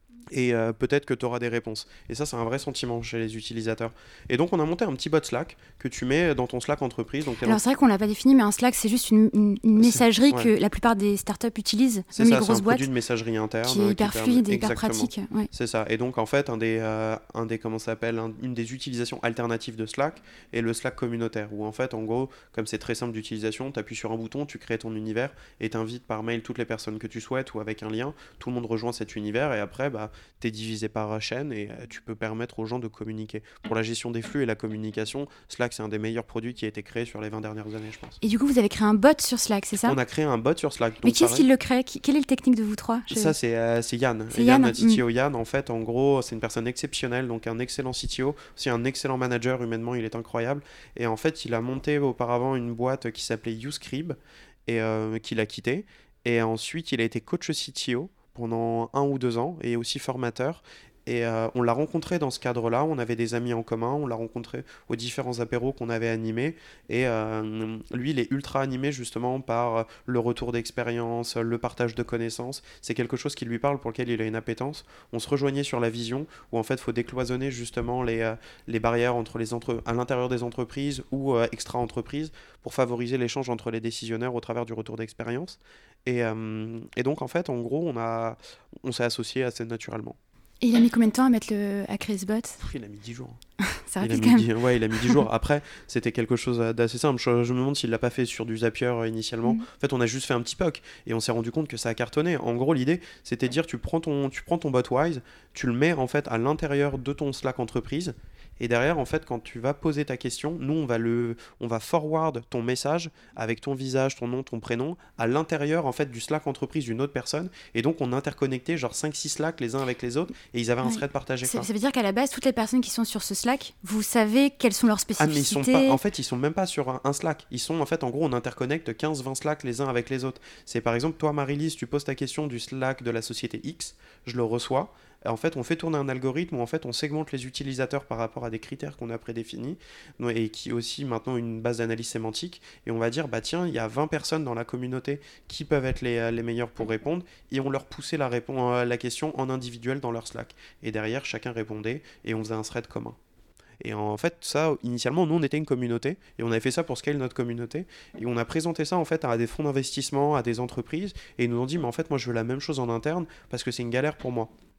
et euh, peut-être que tu auras des réponses. Et ça, c'est un vrai sentiment chez les utilisateurs. Et donc, on a monté un petit bot Slack que tu mets dans ton Slack entreprise. Donc, alors, dans... c'est vrai qu'on ne l'a pas défini, mais un Slack, c'est juste une, une, une messagerie ouais. que la plupart des startups utilisent, c'est même ça, les grosses c'est un boîtes. produit de messagerie interne. Qui est hyper qui fluide permet... et hyper Exactement. pratique. Ouais. C'est ça. Et donc, en fait, un des, euh, un des comment ça s'appelle, un, une des utilisations alternatives de Slack est le Slack communautaire, où en fait, en gros, comme c'est très simple d'utilisation, tu appuies sur un bouton, tu crées ton univers et tu invites par mail toutes les personnes que tu souhaites ou avec un lien. Tout le monde rejoint cet univers et après, bah, tu es divisé par chaîne et tu peux permettre aux gens de communiquer. Pour la gestion des flux et la communication, Slack, c'est un des meilleurs produits qui a été créé sur les vingt dernières années, je pense. Et du coup, vous avez créé un bot sur Slack, c'est ça ? On a créé un bot sur Slack. Donc mais qui est-ce qui le crée ? Quelle est la technique de vous trois ? Je... Ça, c'est, euh, c'est Yann. C'est Yann, Yann, notre C T O mmh. Yann, en fait, en gros, c'est une personne exceptionnelle, donc un excellent C T O, aussi un excellent manager, humainement, il est incroyable. Et en fait, il a monté auparavant une boîte qui s'appelait YouScribe, et euh, qu'il a quitté. Et ensuite, il a été coach C T O pendant un ou deux ans, et aussi formateur. Et euh, on l'a rencontré dans ce cadre-là, on avait des amis en commun, on l'a rencontré aux différents apéros qu'on avait animés, et euh, lui, il est ultra animé justement par le retour d'expérience, le partage de connaissances, c'est quelque chose qui lui parle, pour lequel il a une appétence. On se rejoignait sur la vision, où en fait, il faut décloisonner justement les, euh, les barrières entre les entre... à l'intérieur des entreprises ou euh, extra-entreprises, pour favoriser l'échange entre les décisionnaires au travers du retour d'expérience. Et, euh, et donc, en fait, en gros, on, a... on s'est associé assez naturellement. Et il a mis combien de temps à, mettre le... à créer ce bot ? Il a mis dix jours. Ça il, a quand mis même. dix... ouais, il a mis dix jours. Après, c'était quelque chose d'assez simple. Je, je me demande s'il ne l'a pas fait sur du Zapier euh, initialement. Mm. En fait, on a juste fait un petit P O C et on s'est rendu compte que ça a cartonné. En gros, l'idée, c'était de dire tu prends ton, tu prends ton bot Wise, tu le mets en fait à l'intérieur de ton Slack entreprise. Et derrière, en fait, quand tu vas poser ta question, nous, on va, le, on va forward ton message avec ton visage, ton nom, ton prénom, à l'intérieur, en fait, du Slack entreprise d'une autre personne. Et donc, on interconnectait genre cinq six Slack les uns avec les autres et ils avaient un ouais. thread partagé. Ça, ça veut dire qu'à la base, toutes les personnes qui sont sur ce Slack, vous savez quelles sont leurs spécificités. Ah, mais ils sont pas, en fait, ils sont même pas sur un, un Slack. Ils sont, en fait, en gros, on interconnecte quinze vingt Slack les uns avec les autres. C'est par exemple, toi, Marie-Lise, tu poses ta question du Slack de la société X, je le reçois. En fait, on fait tourner un algorithme où en fait, on segmente les utilisateurs par rapport à des critères qu'on a prédéfinis et qui aussi maintenant une base d'analyse sémantique. Et on va dire, bah tiens, il y a vingt personnes dans la communauté qui peuvent être les, les meilleures pour répondre et on leur poussait la, répon- la question en individuel dans leur Slack. Et derrière, chacun répondait et on faisait un thread commun. Et en fait, ça, initialement, nous, on était une communauté et on avait fait ça pour scale notre communauté. Et on a présenté ça, en fait, à des fonds d'investissement, à des entreprises. Et ils nous ont dit, mais en fait, moi, je veux la même chose en interne parce que c'est une galère pour moi.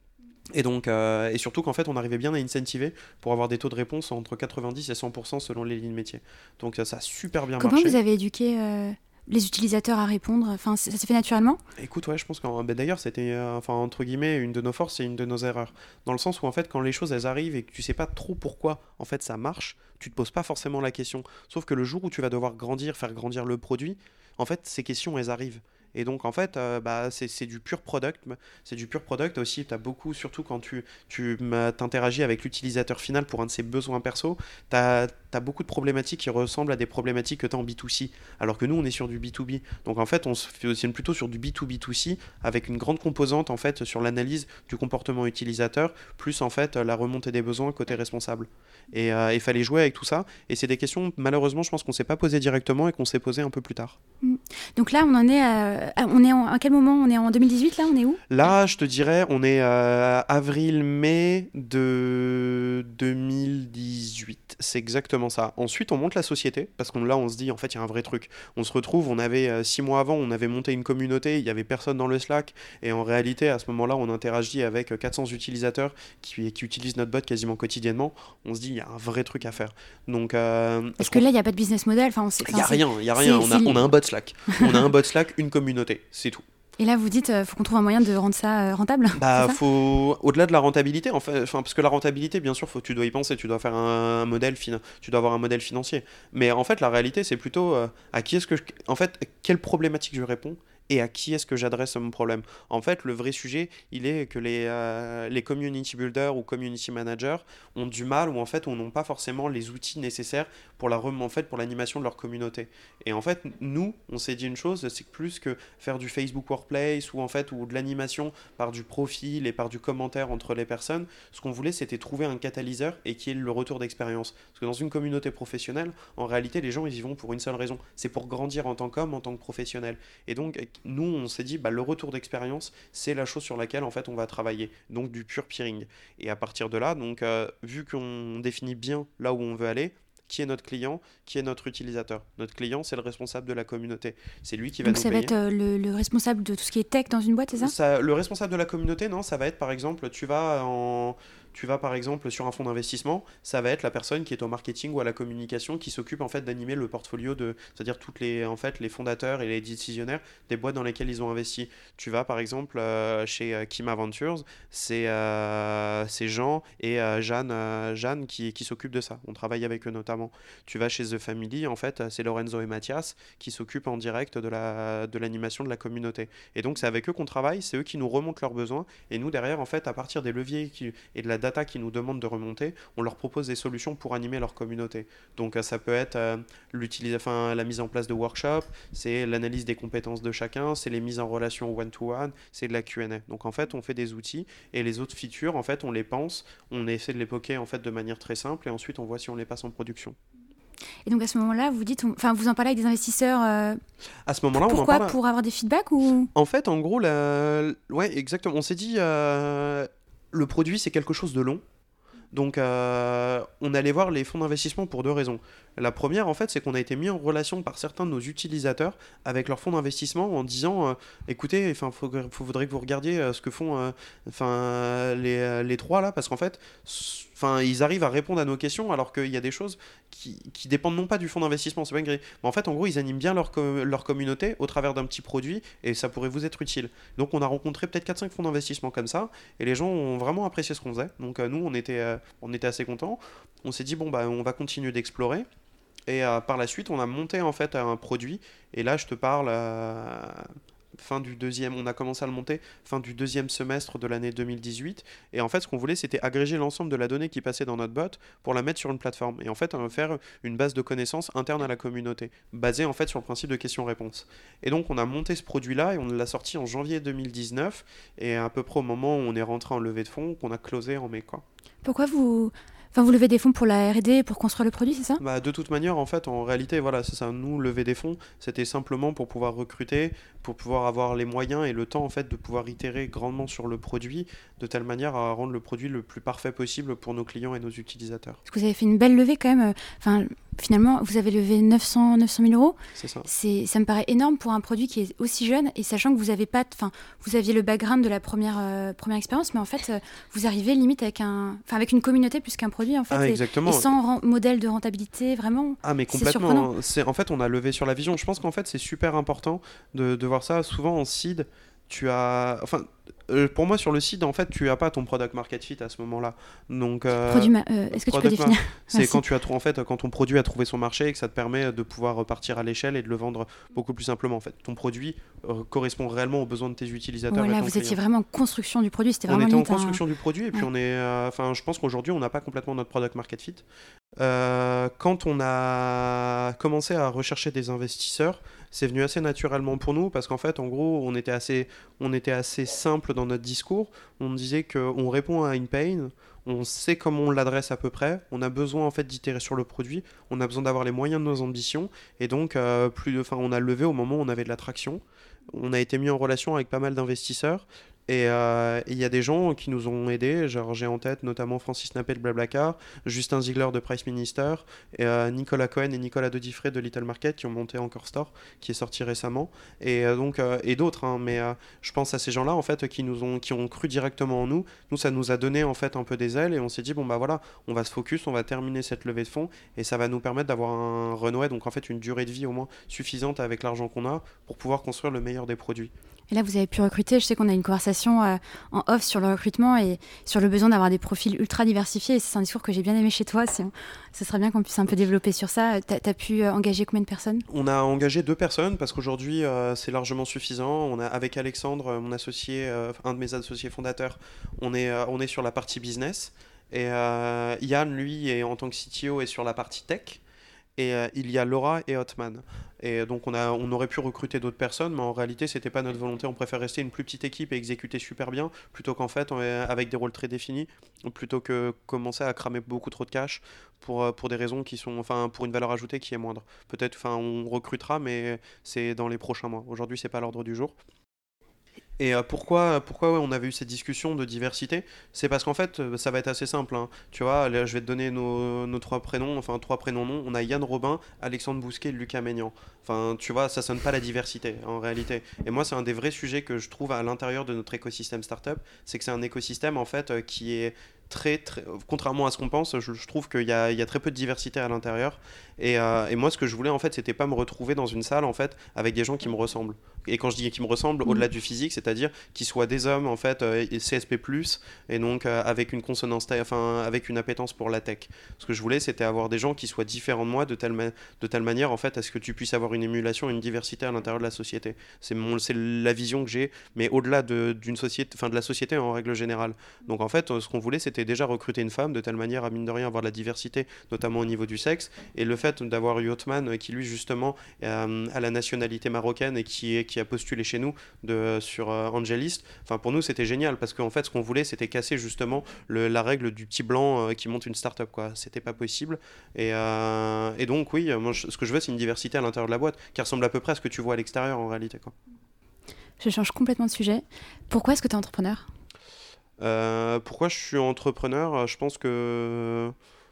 Et donc, euh, et surtout qu'en fait, on arrivait bien à incentiver pour avoir des taux de réponse entre quatre-vingt-dix et cent pour cent selon les lignes métiers. Donc, ça a super bien Comment marché. vous avez éduqué euh, les utilisateurs à répondre? Enfin, ça s'est fait naturellement? Écoute, ouais, je pense que bah, d'ailleurs, c'était, euh, enfin, entre guillemets, une de nos forces et une de nos erreurs. Dans le sens où, en fait, quand les choses, elles arrivent et que tu sais pas trop pourquoi, en fait, ça marche, tu te poses pas forcément la question. Sauf que le jour où tu vas devoir grandir, faire grandir le produit, en fait, ces questions, elles arrivent. Et donc, en fait, euh, bah, c'est, c'est du pur product. C'est du pur product aussi. Tu as beaucoup, surtout quand tu, tu t'interagis avec l'utilisateur final pour un de ses besoins perso, tu as beaucoup de problématiques qui ressemblent à des problématiques que tu as en B deux C. Alors que nous, on est sur du B deux B. Donc, en fait, on se positionne plutôt sur du B deux B deux C avec une grande composante, en fait, sur l'analyse du comportement utilisateur, plus, en fait, la remontée des besoins côté responsable. Et il euh, fallait jouer avec tout ça. Et c'est des questions, malheureusement, je pense qu'on ne s'est pas posé directement et qu'on s'est posé un peu plus tard. Donc là, on en est à, on est en, à quel moment? On est en deux mille dix-huit, là? On est où? Là, je te dirais, on est euh, avril-mai de deux mille dix-huit. C'est exactement ça. Ensuite, on monte la société, parce qu'on là, on se dit, en fait, il y a un vrai truc. On se retrouve, on avait, euh, six mois avant, on avait monté une communauté, il n'y avait personne dans le Slack, et en réalité, à ce moment-là, on interagit avec quatre cents utilisateurs qui, qui utilisent notre bot quasiment quotidiennement. On se dit, il y a un vrai truc à faire. Donc, euh, Parce que là, il n'y a pas de business model. Enfin, il n'y a rien, il y a rien. On a, on a un bot Slack. On a un bot Slack, une communauté, c'est tout. Et là, vous dites, il euh, faut qu'on trouve un moyen de rendre ça euh, rentable. Bah, faut au-delà de la rentabilité, en fait, enfin, parce que la rentabilité, bien sûr, faut, tu dois y penser, tu dois faire un, un modèle, fin... tu dois avoir un modèle financier. Mais en fait, la réalité, c'est plutôt euh, à qui est-ce que, je... en fait, quelle problématique je réponds et à qui est-ce que j'adresse mon problème. En fait, le vrai sujet, il est que les, euh, les community builders ou community managers ont du mal ou en fait, on n'a pas forcément les outils nécessaires pour la rem... en fait, pour l'animation de leur communauté. Et en fait, nous, on s'est dit une chose, c'est que plus que faire du Facebook Workplace ou en fait ou de l'animation par du profil et par du commentaire entre les personnes, ce qu'on voulait, c'était trouver un catalyseur et qui est le retour d'expérience. Parce que dans une communauté professionnelle, en réalité, les gens, ils y vont pour une seule raison, c'est pour grandir en tant qu'homme, en tant que professionnel. Et donc, nous, on s'est dit, bah, le retour d'expérience, c'est la chose sur laquelle, en fait, on va travailler. Donc, du pur peering. Et à partir de là, donc, euh, vu qu'on définit bien là où on veut aller, qui est notre client, qui est notre utilisateur. Notre client, c'est le responsable de la communauté. C'est lui qui va Donc nous ça payer. va être euh, le, le responsable de tout ce qui est tech dans une boîte, c'est ça, ça Le responsable de la communauté, non, ça va être par exemple, tu vas en... Tu vas par exemple sur un fonds d'investissement, ça va être la personne qui est au marketing ou à la communication qui s'occupe en fait d'animer le portfolio de, c'est-à-dire toutes les en fait les fondateurs et les décisionnaires des boîtes dans lesquelles ils ont investi. Tu vas par exemple euh, chez euh, Kima Ventures, c'est euh, c'est Jean et euh, Jeanne euh, Jeanne qui qui s'occupent de ça. On travaille avec eux notamment. Tu vas chez The Family, en fait, c'est Lorenzo et Mathias qui s'occupent en direct de la de l'animation de la communauté. Et donc c'est avec eux qu'on travaille, c'est eux qui nous remontent leurs besoins et nous derrière en fait à partir des leviers qui, et de la data qui nous demandent de remonter, on leur propose des solutions pour animer leur communauté. Donc ça peut être euh, enfin, la mise en place de workshops, c'est l'analyse des compétences de chacun, c'est les mises en relation one-to-one, c'est de la Q and A. Donc en fait, on fait des outils et les autres features, en fait, on les pense, on essaie de les poker en fait de manière très simple et ensuite on voit si on les passe en production. Et donc à ce moment-là, vous dites, enfin, vous en parlez avec des investisseurs. Euh... À ce moment-là, pourquoi on en parle. Pour avoir des feedbacks ou En fait, en gros, la... ouais, exactement. On s'est dit, euh... le produit, c'est quelque chose de long. Donc, euh, on allait voir les fonds d'investissement pour deux raisons. La première, en fait, c'est qu'on a été mis en relation par certains de nos utilisateurs avec leurs fonds d'investissement en disant euh, écoutez, il faudrait que vous regardiez euh, ce que font euh, euh, les, les trois là, parce qu'en fait, enfin, ils arrivent à répondre à nos questions alors qu'il y a des choses qui, qui dépendent non pas du fonds d'investissement, c'est pas une grille. Mais en fait, en gros, ils animent bien leur, com- leur communauté au travers d'un petit produit et ça pourrait vous être utile. Donc, on a rencontré peut-être quatre cinq fonds d'investissement comme ça et les gens ont vraiment apprécié ce qu'on faisait. Donc, euh, nous, on était, euh, on était assez contents. On s'est dit, bon, bah, on va continuer d'explorer. Et euh, par la suite, on a monté en fait un produit. Et là, je te parle euh, fin du deuxième. On a commencé à le monter fin du deuxième semestre de l'année deux mille dix-huit. Et en fait, ce qu'on voulait, c'était agréger l'ensemble de la donnée qui passait dans notre bot pour la mettre sur une plateforme. Et en fait, on va faire une base de connaissances interne à la communauté, basée en fait sur le principe de questions-réponses. Et donc, on a monté ce produit-là et on l'a sorti en janvier deux mille dix-neuf. Et à peu près au moment où on est rentré en levée de fonds, qu'on a closé en mai, quoi. Pourquoi vous Enfin, vous levez des fonds pour la R et D, pour construire le produit, c'est ça ? Bah, de toute manière, en fait, en réalité, voilà, c'est ça. Nous, lever des fonds, c'était simplement pour pouvoir recruter, pour pouvoir avoir les moyens et le temps, en fait, de pouvoir itérer grandement sur le produit, de telle manière à rendre le produit le plus parfait possible pour nos clients et nos utilisateurs. Parce que vous avez fait une belle levée quand même. Enfin, finalement, vous avez levé neuf cents mille euros. C'est ça. C'est, ça me paraît énorme pour un produit qui est aussi jeune, et sachant que vous avez pas, enfin, vous aviez le background de la première euh, première expérience, mais en fait, euh, vous arrivez limite avec un, enfin, avec une communauté plus qu'un produit en fait, Ah, et, exactement. et sans ren- modèle de rentabilité vraiment. Ah mais C'est surprenant. complètement, c'est, en fait on a levé sur la vision, je pense qu'en fait c'est super important de, de voir ça, souvent en seed, tu as, enfin euh, pour moi sur le seed en fait tu as pas ton product market fit à ce moment-là, donc euh, Produit ma- euh, est-ce que tu peux product mar- définir? c'est Merci. quand tu as trou- en fait quand ton produit a trouvé son marché et que ça te permet de pouvoir repartir à l'échelle et de le vendre beaucoup plus simplement en fait, ton produit euh, correspond réellement aux besoins de tes utilisateurs et Voilà, ton vous étiez client. vraiment en construction du produit, c'était On vraiment était en limite un- construction du produit et puis Ouais. on est, euh, enfin, je pense qu'aujourd'hui on n'a pas complètement notre product market fit. Euh, quand on a commencé à rechercher des investisseurs, c'est venu assez naturellement pour nous parce qu'en fait, en gros, on était assez, on était assez simple dans notre discours. On disait qu'on répond à une pain, on sait comment on l'adresse à peu près, on a besoin en fait d'itérer sur le produit, on a besoin d'avoir les moyens de nos ambitions et donc euh, plus de, enfin, on a levé au moment où on avait de la traction. On a été mis en relation avec pas mal d'investisseurs. Et euh, il y a des gens qui nous ont aidés, genre j'ai en tête notamment Francis Nappé de Blablacar, Justin Ziegler de Price Minister, et euh, Nicolas Cohen et Nicolas Dodifré de Little Market qui ont monté Encore Store, qui est sorti récemment, et euh, donc euh, et d'autres, hein, mais euh, je pense à ces gens-là en fait qui nous ont qui ont cru directement en nous. Nous ça nous a donné en fait un peu des ailes et on s'est dit bon bah voilà, on va se focus, on va terminer cette levée de fonds et ça va nous permettre d'avoir un runway, donc en fait une durée de vie au moins suffisante avec l'argent qu'on a pour pouvoir construire le meilleur des produits. Et là, vous avez pu recruter. Je sais qu'on a une conversation euh, en off sur le recrutement et sur le besoin d'avoir des profils ultra diversifiés. Et c'est un discours que j'ai bien aimé chez toi. C'est, ce serait bien qu'on puisse un peu développer sur ça. T'as, t'as pu euh, engager combien de personnes? On a engagé deux personnes parce qu'aujourd'hui euh, c'est largement suffisant. On a avec Alexandre, euh, mon associé, euh, un de mes associés fondateurs, on est, euh, on est sur la partie business. Et euh, Yann, lui, est, en tant que C T O, est sur la partie tech. Et euh, il y a Laura et Hotman. Et donc on, a, on aurait pu recruter d'autres personnes, mais en réalité c'était pas notre volonté. On préfère rester une plus petite équipe et exécuter super bien, plutôt qu'en fait on est avec des rôles très définis, plutôt que commencer à cramer beaucoup trop de cash pour, euh, pour des raisons qui sont, enfin pour une valeur ajoutée qui est moindre. Peut-être, enfin on recrutera, mais c'est dans les prochains mois. Aujourd'hui c'est pas à l'ordre du jour. Et euh, pourquoi, pourquoi ouais, on avait eu cette discussion de diversité? C'est parce qu'en fait, euh, ça va être assez simple, hein. Tu vois, là, je vais te donner nos, nos trois prénoms, enfin trois prénoms noms. On a Yann Robin, Alexandre Bousquet et Lucas Maignan. Enfin, tu vois, ça sonne pas la diversité en réalité. Et moi, c'est un des vrais sujets que je trouve à l'intérieur de notre écosystème startup, c'est que c'est un écosystème en fait euh, qui est très, très, contrairement à ce qu'on pense, je, je trouve qu'il y a, il y a très peu de diversité à l'intérieur. Et, euh, et moi, ce que je voulais en fait, c'était pas me retrouver dans une salle en fait avec des gens qui me ressemblent. Et quand je dis qui me ressemblent, Mhm. au-delà du physique, c'est-à-dire qu'ils soient des hommes en fait, euh, et C S P plus, et donc euh, avec une consonance, ta- enfin avec une appétence pour la tech. Ce que je voulais, c'était avoir des gens qui soient différents de moi de telle, ma- de telle manière en fait à ce que tu puisses avoir une émulation, une diversité à l'intérieur de la société. C'est mon, c'est la vision que j'ai, mais au-delà de, d'une société, enfin de la société en règle générale. Donc en fait, euh, ce qu'on voulait, c'était déjà recruter une femme de telle manière à mine de rien avoir de la diversité, notamment au niveau du sexe, et le fait d'avoir eu Othman euh, qui lui justement euh, a la nationalité marocaine et qui, est, qui a postulé chez nous de, sur euh, Angelist. Enfin pour nous c'était génial parce qu'en fait ce qu'on voulait c'était casser justement le, la règle du petit blanc euh, qui monte une start-up quoi. C'était pas possible et, euh, et donc oui, moi, je, ce que je veux c'est une diversité à l'intérieur de la boîte qui ressemble à peu près à ce que tu vois à l'extérieur en réalité quoi. Je change complètement de sujet. Pourquoi est-ce que tu es entrepreneur? Euh, pourquoi je suis entrepreneur? Je pense que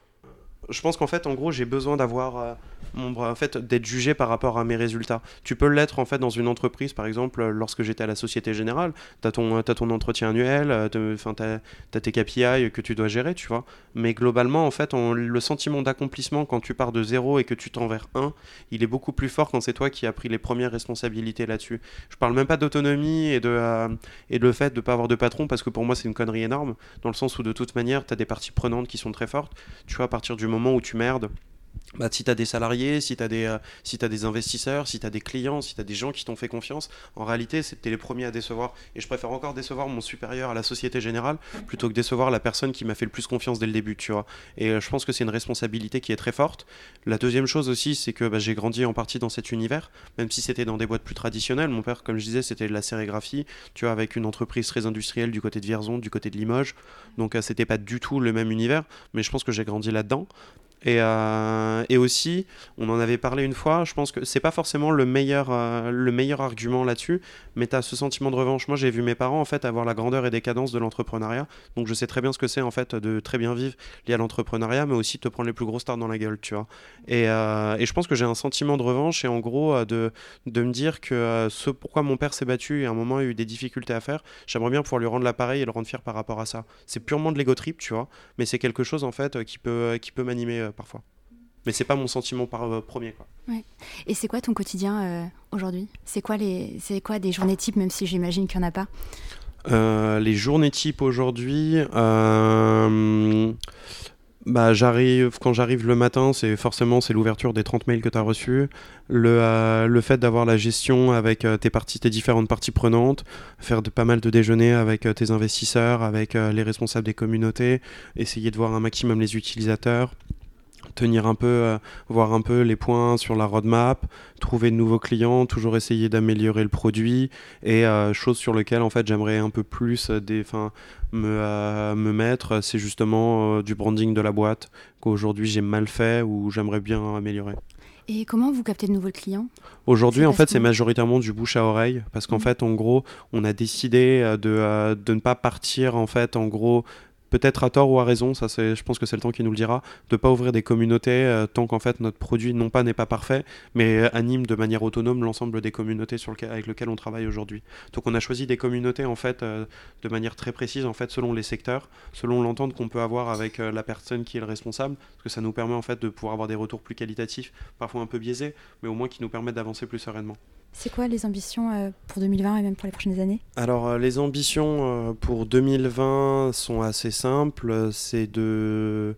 je pense qu'en fait, en gros, j'ai besoin d'avoir euh, mon, en fait, d'être jugé par rapport à mes résultats. Tu peux l'être en fait dans une entreprise, par exemple, lorsque j'étais à la Société Générale, t'as ton, t'as ton entretien annuel, enfin t'as, t'as tes K P I que tu dois gérer, tu vois. Mais globalement, en fait, on, le sentiment d'accomplissement quand tu pars de zéro et que tu tends vers un, il est beaucoup plus fort quand c'est toi qui as pris les premières responsabilités là-dessus. Je parle même pas d'autonomie et de euh, et le fait de pas avoir de patron parce que pour moi c'est une connerie énorme dans le sens où de toute manière t'as des parties prenantes qui sont très fortes. Tu vois, à partir du moment où tu merdes, bah, si tu as des salariés, si tu as des, euh, si t'as des investisseurs, si tu as des clients, si tu as des gens qui t'ont fait confiance, en réalité, c'était les premiers à décevoir. Et je préfère encore décevoir mon supérieur à la Société Générale plutôt que décevoir la personne qui m'a fait le plus confiance dès le début, tu vois. Et euh, je pense que c'est une responsabilité qui est très forte. La deuxième chose aussi, c'est que bah, j'ai grandi en partie dans cet univers, même si c'était dans des boîtes plus traditionnelles. Mon père, comme je disais, c'était de la sérigraphie, tu vois, avec une entreprise très industrielle du côté de Vierzon, du côté de Limoges. Donc euh, c'était pas du tout le même univers, mais je pense que j'ai grandi là-dedans. Et, euh, et aussi, on en avait parlé une fois, je pense que c'est pas forcément le meilleur, euh, le meilleur argument là-dessus, mais tu as ce sentiment de revanche. Moi, j'ai vu mes parents en fait avoir la grandeur et décadence de l'entrepreneuriat, donc je sais très bien ce que c'est en fait de très bien vivre lié à l'entrepreneuriat, mais aussi de te prendre les plus grosses tartes dans la gueule, tu vois. Et, euh, et je pense que j'ai un sentiment de revanche et en gros euh, de, de me dire que euh, ce pourquoi mon père s'est battu et à un moment a eu des difficultés à faire, j'aimerais bien pouvoir lui rendre l'appareil et le rendre fier par rapport à ça. C'est purement de l'ego trip, tu vois, mais c'est quelque chose en fait qui peut, qui peut m'animer euh, parfois. Mais c'est pas mon sentiment par euh, premier, quoi. Ouais. Et c'est quoi ton quotidien euh, aujourd'hui ? C'est quoi les, c'est quoi des journées types, même si j'imagine qu'il y en a pas ? Euh, les journées types aujourd'hui, euh, bah, j'arrive, quand j'arrive le matin, c'est forcément c'est l'ouverture des trente mails que tu as reçus, le, euh, le fait d'avoir la gestion avec euh, tes, parties, tes différentes parties prenantes, faire de, pas mal de déjeuners avec euh, tes investisseurs, avec euh, les responsables des communautés, essayer de voir un maximum les utilisateurs, tenir un peu, euh, voir un peu les points sur la roadmap, trouver de nouveaux clients, toujours essayer d'améliorer le produit et euh, chose sur laquelle en fait j'aimerais un peu plus euh, des, me, euh, me mettre, c'est justement euh, du branding de la boîte qu'aujourd'hui j'ai mal fait ou j'aimerais bien améliorer. Et comment vous captez de nouveaux clients ? Aujourd'hui, en fait, que... c'est majoritairement du bouche à oreille parce qu'en mmh. fait, en gros, on a décidé de, euh, de ne pas partir en fait, en gros, peut-être à tort ou à raison, ça c'est, je pense que c'est le temps qui nous le dira, de ne pas ouvrir des communautés euh, tant qu'en fait notre produit non pas n'est pas parfait, mais euh, anime de manière autonome l'ensemble des communautés sur lequel, avec lesquelles on travaille aujourd'hui. Donc on a choisi des communautés en fait euh, de manière très précise en fait selon les secteurs, selon l'entente qu'on peut avoir avec euh, la personne qui est le responsable, parce que ça nous permet en fait de pouvoir avoir des retours plus qualitatifs, parfois un peu biaisés, mais au moins qui nous permettent d'avancer plus sereinement. C'est quoi les ambitions euh, pour deux mille vingt et même pour les prochaines années ? Alors euh, les ambitions euh, pour deux mille vingt sont assez simples, c'est de,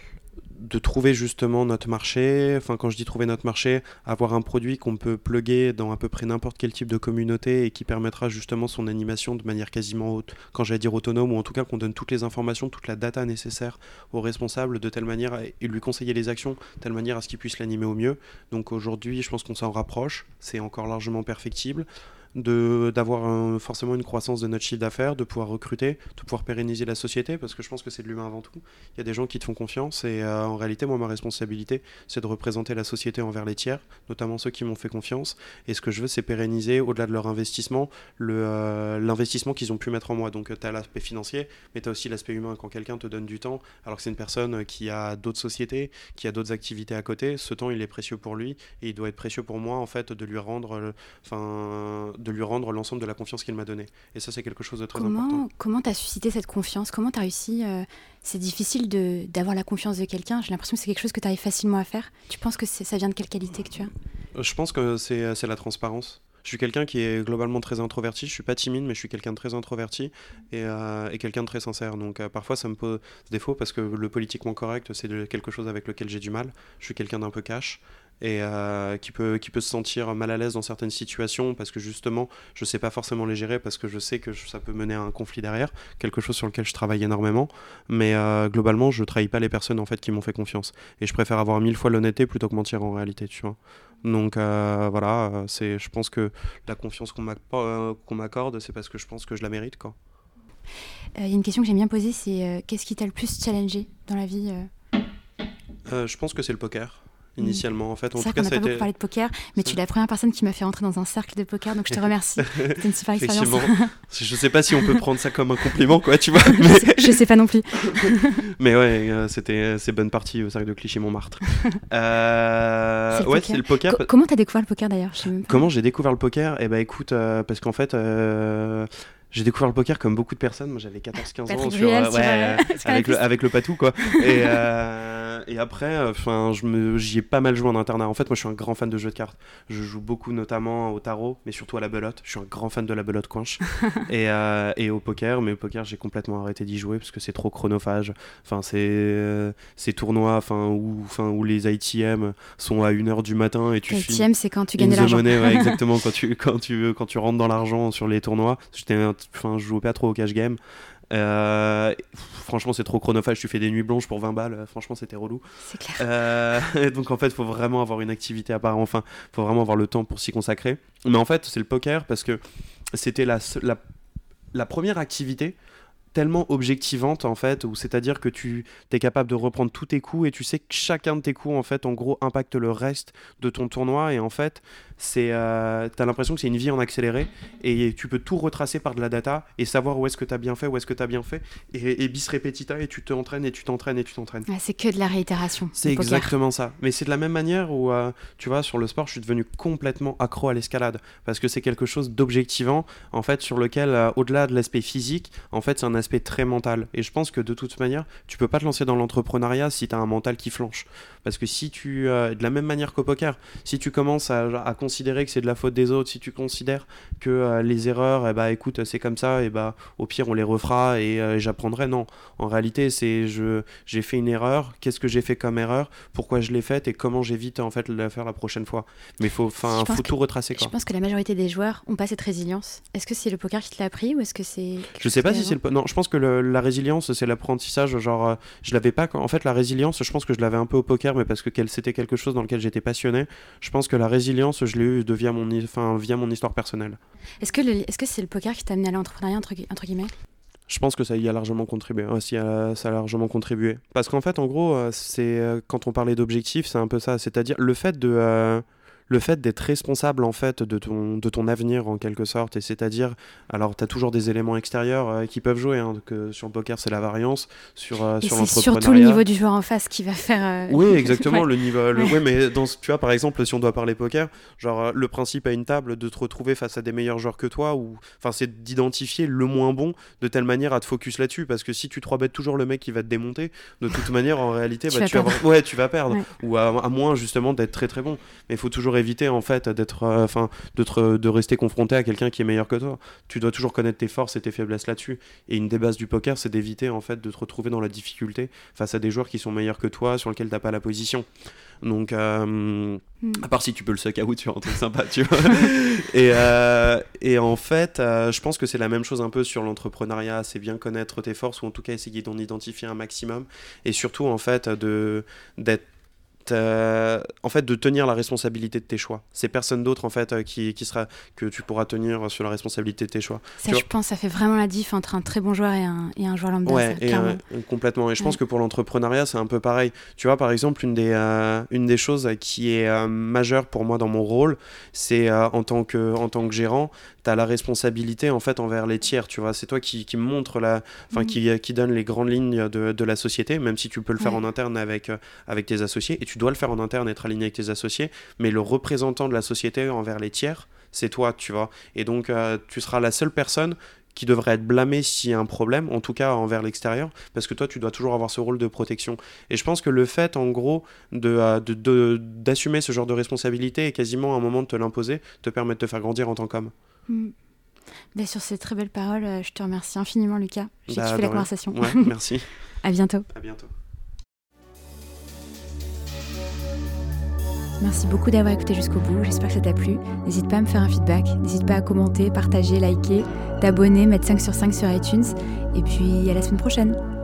de trouver justement notre marché, enfin quand je dis trouver notre marché, avoir un produit qu'on peut plugger dans à peu près n'importe quel type de communauté et qui permettra justement son animation de manière quasiment, haute, quand j'allais dire autonome, ou en tout cas qu'on donne toutes les informations, toute la data nécessaire aux responsables de telle manière et lui conseiller les actions de telle manière à ce qu'il puisse l'animer au mieux. Donc aujourd'hui je pense qu'on s'en rapproche, c'est encore largement perfectible. De, d'avoir un, forcément une croissance de notre chiffre d'affaires, de pouvoir recruter, de pouvoir pérenniser la société, parce que je pense que c'est de l'humain avant tout. Il y a des gens qui te font confiance et euh, en réalité, moi, ma responsabilité, c'est de représenter la société envers les tiers, notamment ceux qui m'ont fait confiance. Et ce que je veux, c'est pérenniser, au-delà de leur investissement, le, euh, l'investissement qu'ils ont pu mettre en moi. Donc, tu as l'aspect financier, mais tu as aussi l'aspect humain. Quand quelqu'un te donne du temps, alors que c'est une personne qui a d'autres sociétés, qui a d'autres activités à côté, ce temps, il est précieux pour lui et il doit être précieux pour moi, en fait, de lui rendre... Enfin... Euh, de lui rendre l'ensemble de la confiance qu'il m'a donnée. Et ça, c'est quelque chose de très comment, important. Comment tu as suscité cette confiance ? Comment tu as réussi euh, C'est difficile de, d'avoir la confiance de quelqu'un. J'ai l'impression que c'est quelque chose que tu arrives facilement à faire. Tu penses que c'est, ça vient de quelle qualité que tu as ? Je pense que c'est, c'est la transparence. Je suis quelqu'un qui est globalement très introverti. Je suis pas timide, mais je suis quelqu'un de très introverti et, euh, et quelqu'un de très sincère. Donc euh, parfois, ça me pose défaut parce que le politiquement correct, c'est de, quelque chose avec lequel j'ai du mal. Je suis quelqu'un d'un peu cash. Et euh, qui, peut, qui peut se sentir mal à l'aise dans certaines situations parce que justement je sais pas forcément les gérer parce que je sais que ça peut mener à un conflit derrière, quelque chose sur lequel je travaille énormément, mais euh, globalement je trahis pas les personnes en fait qui m'ont fait confiance et je préfère avoir mille fois l'honnêteté plutôt que mentir en réalité, tu vois. Donc euh, voilà, c'est, je pense que la confiance qu'on, euh, qu'on m'accorde, c'est parce que je pense que je la mérite, quoi. Il euh, y a une question que j'aime bien poser, c'est euh, qu'est-ce qui t'a le plus challengé dans la vie euh euh, Je pense que c'est le poker. Initialement, en fait, en c'est tout cas, ça qu'on n'a pas été... beaucoup parlé de poker, mais c'est... tu es la première personne qui m'a fait rentrer dans un cercle de poker, donc je te remercie. C'était une super expérience. Je sais pas si on peut prendre ça comme un compliment, quoi, tu vois. Mais... je, sais, je sais pas non plus. Mais ouais, euh, c'était c'est bonne partie au cercle de Clichy-Montmartre. Euh... C'est ouais, poker. c'est le poker. Co- comment t'as découvert le poker d'ailleurs ? Comment j'ai découvert le poker ? Eh ben, écoute, euh, parce qu'en fait. Euh... J'ai découvert le poker comme beaucoup de personnes. Moi, j'avais quatorze quinze ans sur, Bruel, euh, ouais, euh, avec, le, avec le patou, quoi. et, euh, et après, enfin, je me, j'y ai pas mal joué en internat. En fait, moi, je suis un grand fan de jeux de cartes. Je joue beaucoup, notamment au tarot, mais surtout à la belote. Je suis un grand fan de la belote coinche et, euh, et au poker. Mais au poker, j'ai complètement arrêté d'y jouer parce que c'est trop chronophage. Enfin, c'est euh, ces tournois, enfin, où, enfin, où les I T M sont à une heure du matin et tu I T M, c'est quand tu gagnes de the l'argent. Money, ouais, exactement. quand tu, quand tu, quand tu rentres dans l'argent sur les tournois. J'étais Enfin, je jouais pas trop au cash game. Euh, franchement, c'est trop chronophage. Tu fais des nuits blanches pour vingt balles. Franchement, c'était relou. C'est clair. Euh, donc, en fait, il faut vraiment avoir une activité à part. Enfin, il faut vraiment avoir le temps pour s'y consacrer. Mais en fait, c'est le poker parce que c'était la, la, la première activité tellement objectivante en fait, où c'est-à-dire que tu es capable de reprendre tous tes coups et tu sais que chacun de tes coups en fait en gros impacte le reste de ton tournoi et en fait c'est euh, t'as l'impression que c'est une vie en accéléré et tu peux tout retracer par de la data et savoir où est-ce que t'as bien fait, où est-ce que t'as bien fait et, et bis repetita et tu t'entraînes et tu t'entraînes et tu t'entraînes. Ouais, c'est que de la réitération. C'est exactement ça. Mais c'est de la même manière où euh, tu vois sur le sport je suis devenu complètement accro à l'escalade parce que c'est quelque chose d'objectivant en fait sur lequel euh, au-delà de l'aspect physique en fait c'est un aspect très mental et je pense que de toute manière tu peux pas te lancer dans l'entrepreneuriat si t'as un mental qui flanche parce que si tu euh, de la même manière qu'au poker si tu commences à, à considérer que c'est de la faute des autres si tu considères que euh, les erreurs eh bah écoute c'est comme ça et bah au pire on les refera et euh, j'apprendrai non en réalité c'est je j'ai fait une erreur qu'est-ce que j'ai fait comme erreur pourquoi je l'ai faite et comment j'évite en fait de la faire la prochaine fois mais faut enfin faut tout retracer quoi. Je pense que la majorité des joueurs ont pas cette résilience. Est-ce que c'est le poker qui te l'a appris ou est-ce que c'est je sais pas si c'est le non je pense que le, la résilience c'est l'apprentissage genre euh, je l'avais pas en fait la résilience je pense que je l'avais un peu au poker mais parce que quel, c'était quelque chose dans lequel j'étais passionné je pense que la résilience je l'ai eu de via mon enfin via mon histoire personnelle. Est-ce que le, est-ce que c'est le poker qui t'a amené à l'entrepreneuriat entre, entre guillemets? Je pense que ça y a largement contribué. Aussi, ça a largement contribué. Parce qu'en fait, en gros, c'est quand on parlait d'objectifs, c'est un peu ça. C'est-à-dire le fait de euh, le fait d'être responsable en fait de ton de ton avenir en quelque sorte. Et c'est-à-dire, alors t'as toujours des éléments extérieurs euh, qui peuvent jouer. Hein, que sur le poker, c'est la variance. Sur euh, sur l'entrepreneuriat. C'est surtout le niveau du joueur en face qui va faire. Euh... Oui, exactement ouais. le niveau. Le, ouais. ouais, mais dans, tu vois, par exemple, si on doit parler poker, genre le principe à une table de te retrouver face à des meilleurs joueurs que toi, ou enfin c'est d'identifier le moins bon de telle manière à te focus là-dessus, parce que si tu trois bêtes toujours le mec qui va te démonter, de toute manière en réalité, tu, bah, vas tu, vas avoir... ouais, tu vas perdre, ouais. ou à, à moins justement d'être très très bon. Mais il faut toujours éviter en fait d'être, enfin, euh, de, de rester confronté à quelqu'un qui est meilleur que toi. Tu dois toujours connaître tes forces et tes faiblesses là-dessus. Et une des bases du poker, c'est d'éviter en fait de te retrouver dans la difficulté face à des joueurs qui sont meilleurs que toi, sur lesquels t'as pas la position. Donc, euh, mm. à part si tu peux le suck out sur un truc sympa, tu vois. et, euh, et en fait, euh, je pense que c'est la même chose un peu sur l'entrepreneuriat. C'est bien connaître tes forces ou en tout cas essayer d'en identifier un maximum. Et surtout, en fait, de, d'être Euh, en fait de tenir la responsabilité de tes choix. C'est personne d'autre en fait euh, qui, qui sera que tu pourras tenir sur la responsabilité de tes choix. Ça je pense ça fait vraiment la diff entre un très bon joueur et un, et un joueur lambda. Ouais, ça, et, euh, complètement. Et je ouais. pense que pour l'entrepreneuriat c'est un peu pareil. Tu vois par exemple une des, euh, une des choses qui est euh, majeure pour moi dans mon rôle, c'est euh, en tant que, en tant que gérant, tu as la responsabilité en fait envers les tiers. Tu vois, c'est toi qui, qui montre la, enfin mmh. qui, qui donne les grandes lignes de, de la société, même si tu peux le faire ouais. en interne avec, euh, avec tes associés. Et tu dois le faire en interne, être aligné avec tes associés, mais le représentant de la société envers les tiers, c'est toi, tu vois. Et donc, euh, tu seras la seule personne qui devrait être blâmée s'il y a un problème, en tout cas envers l'extérieur, parce que toi, tu dois toujours avoir ce rôle de protection. Et je pense que le fait, en gros, de, euh, de, de, d'assumer ce genre de responsabilité et quasiment à un moment de te l'imposer, te permet de te faire grandir en tant qu'homme. Mmh. Bah, sur ces très belles paroles, je te remercie infiniment, Lucas. J'ai bah, kiffé la conversation. Ouais, merci. À bientôt. À bientôt. Merci beaucoup d'avoir écouté jusqu'au bout, j'espère que ça t'a plu. N'hésite pas à me faire un feedback, n'hésite pas à commenter, partager, liker, t'abonner, mettre cinq sur cinq sur iTunes. Et puis à la semaine prochaine.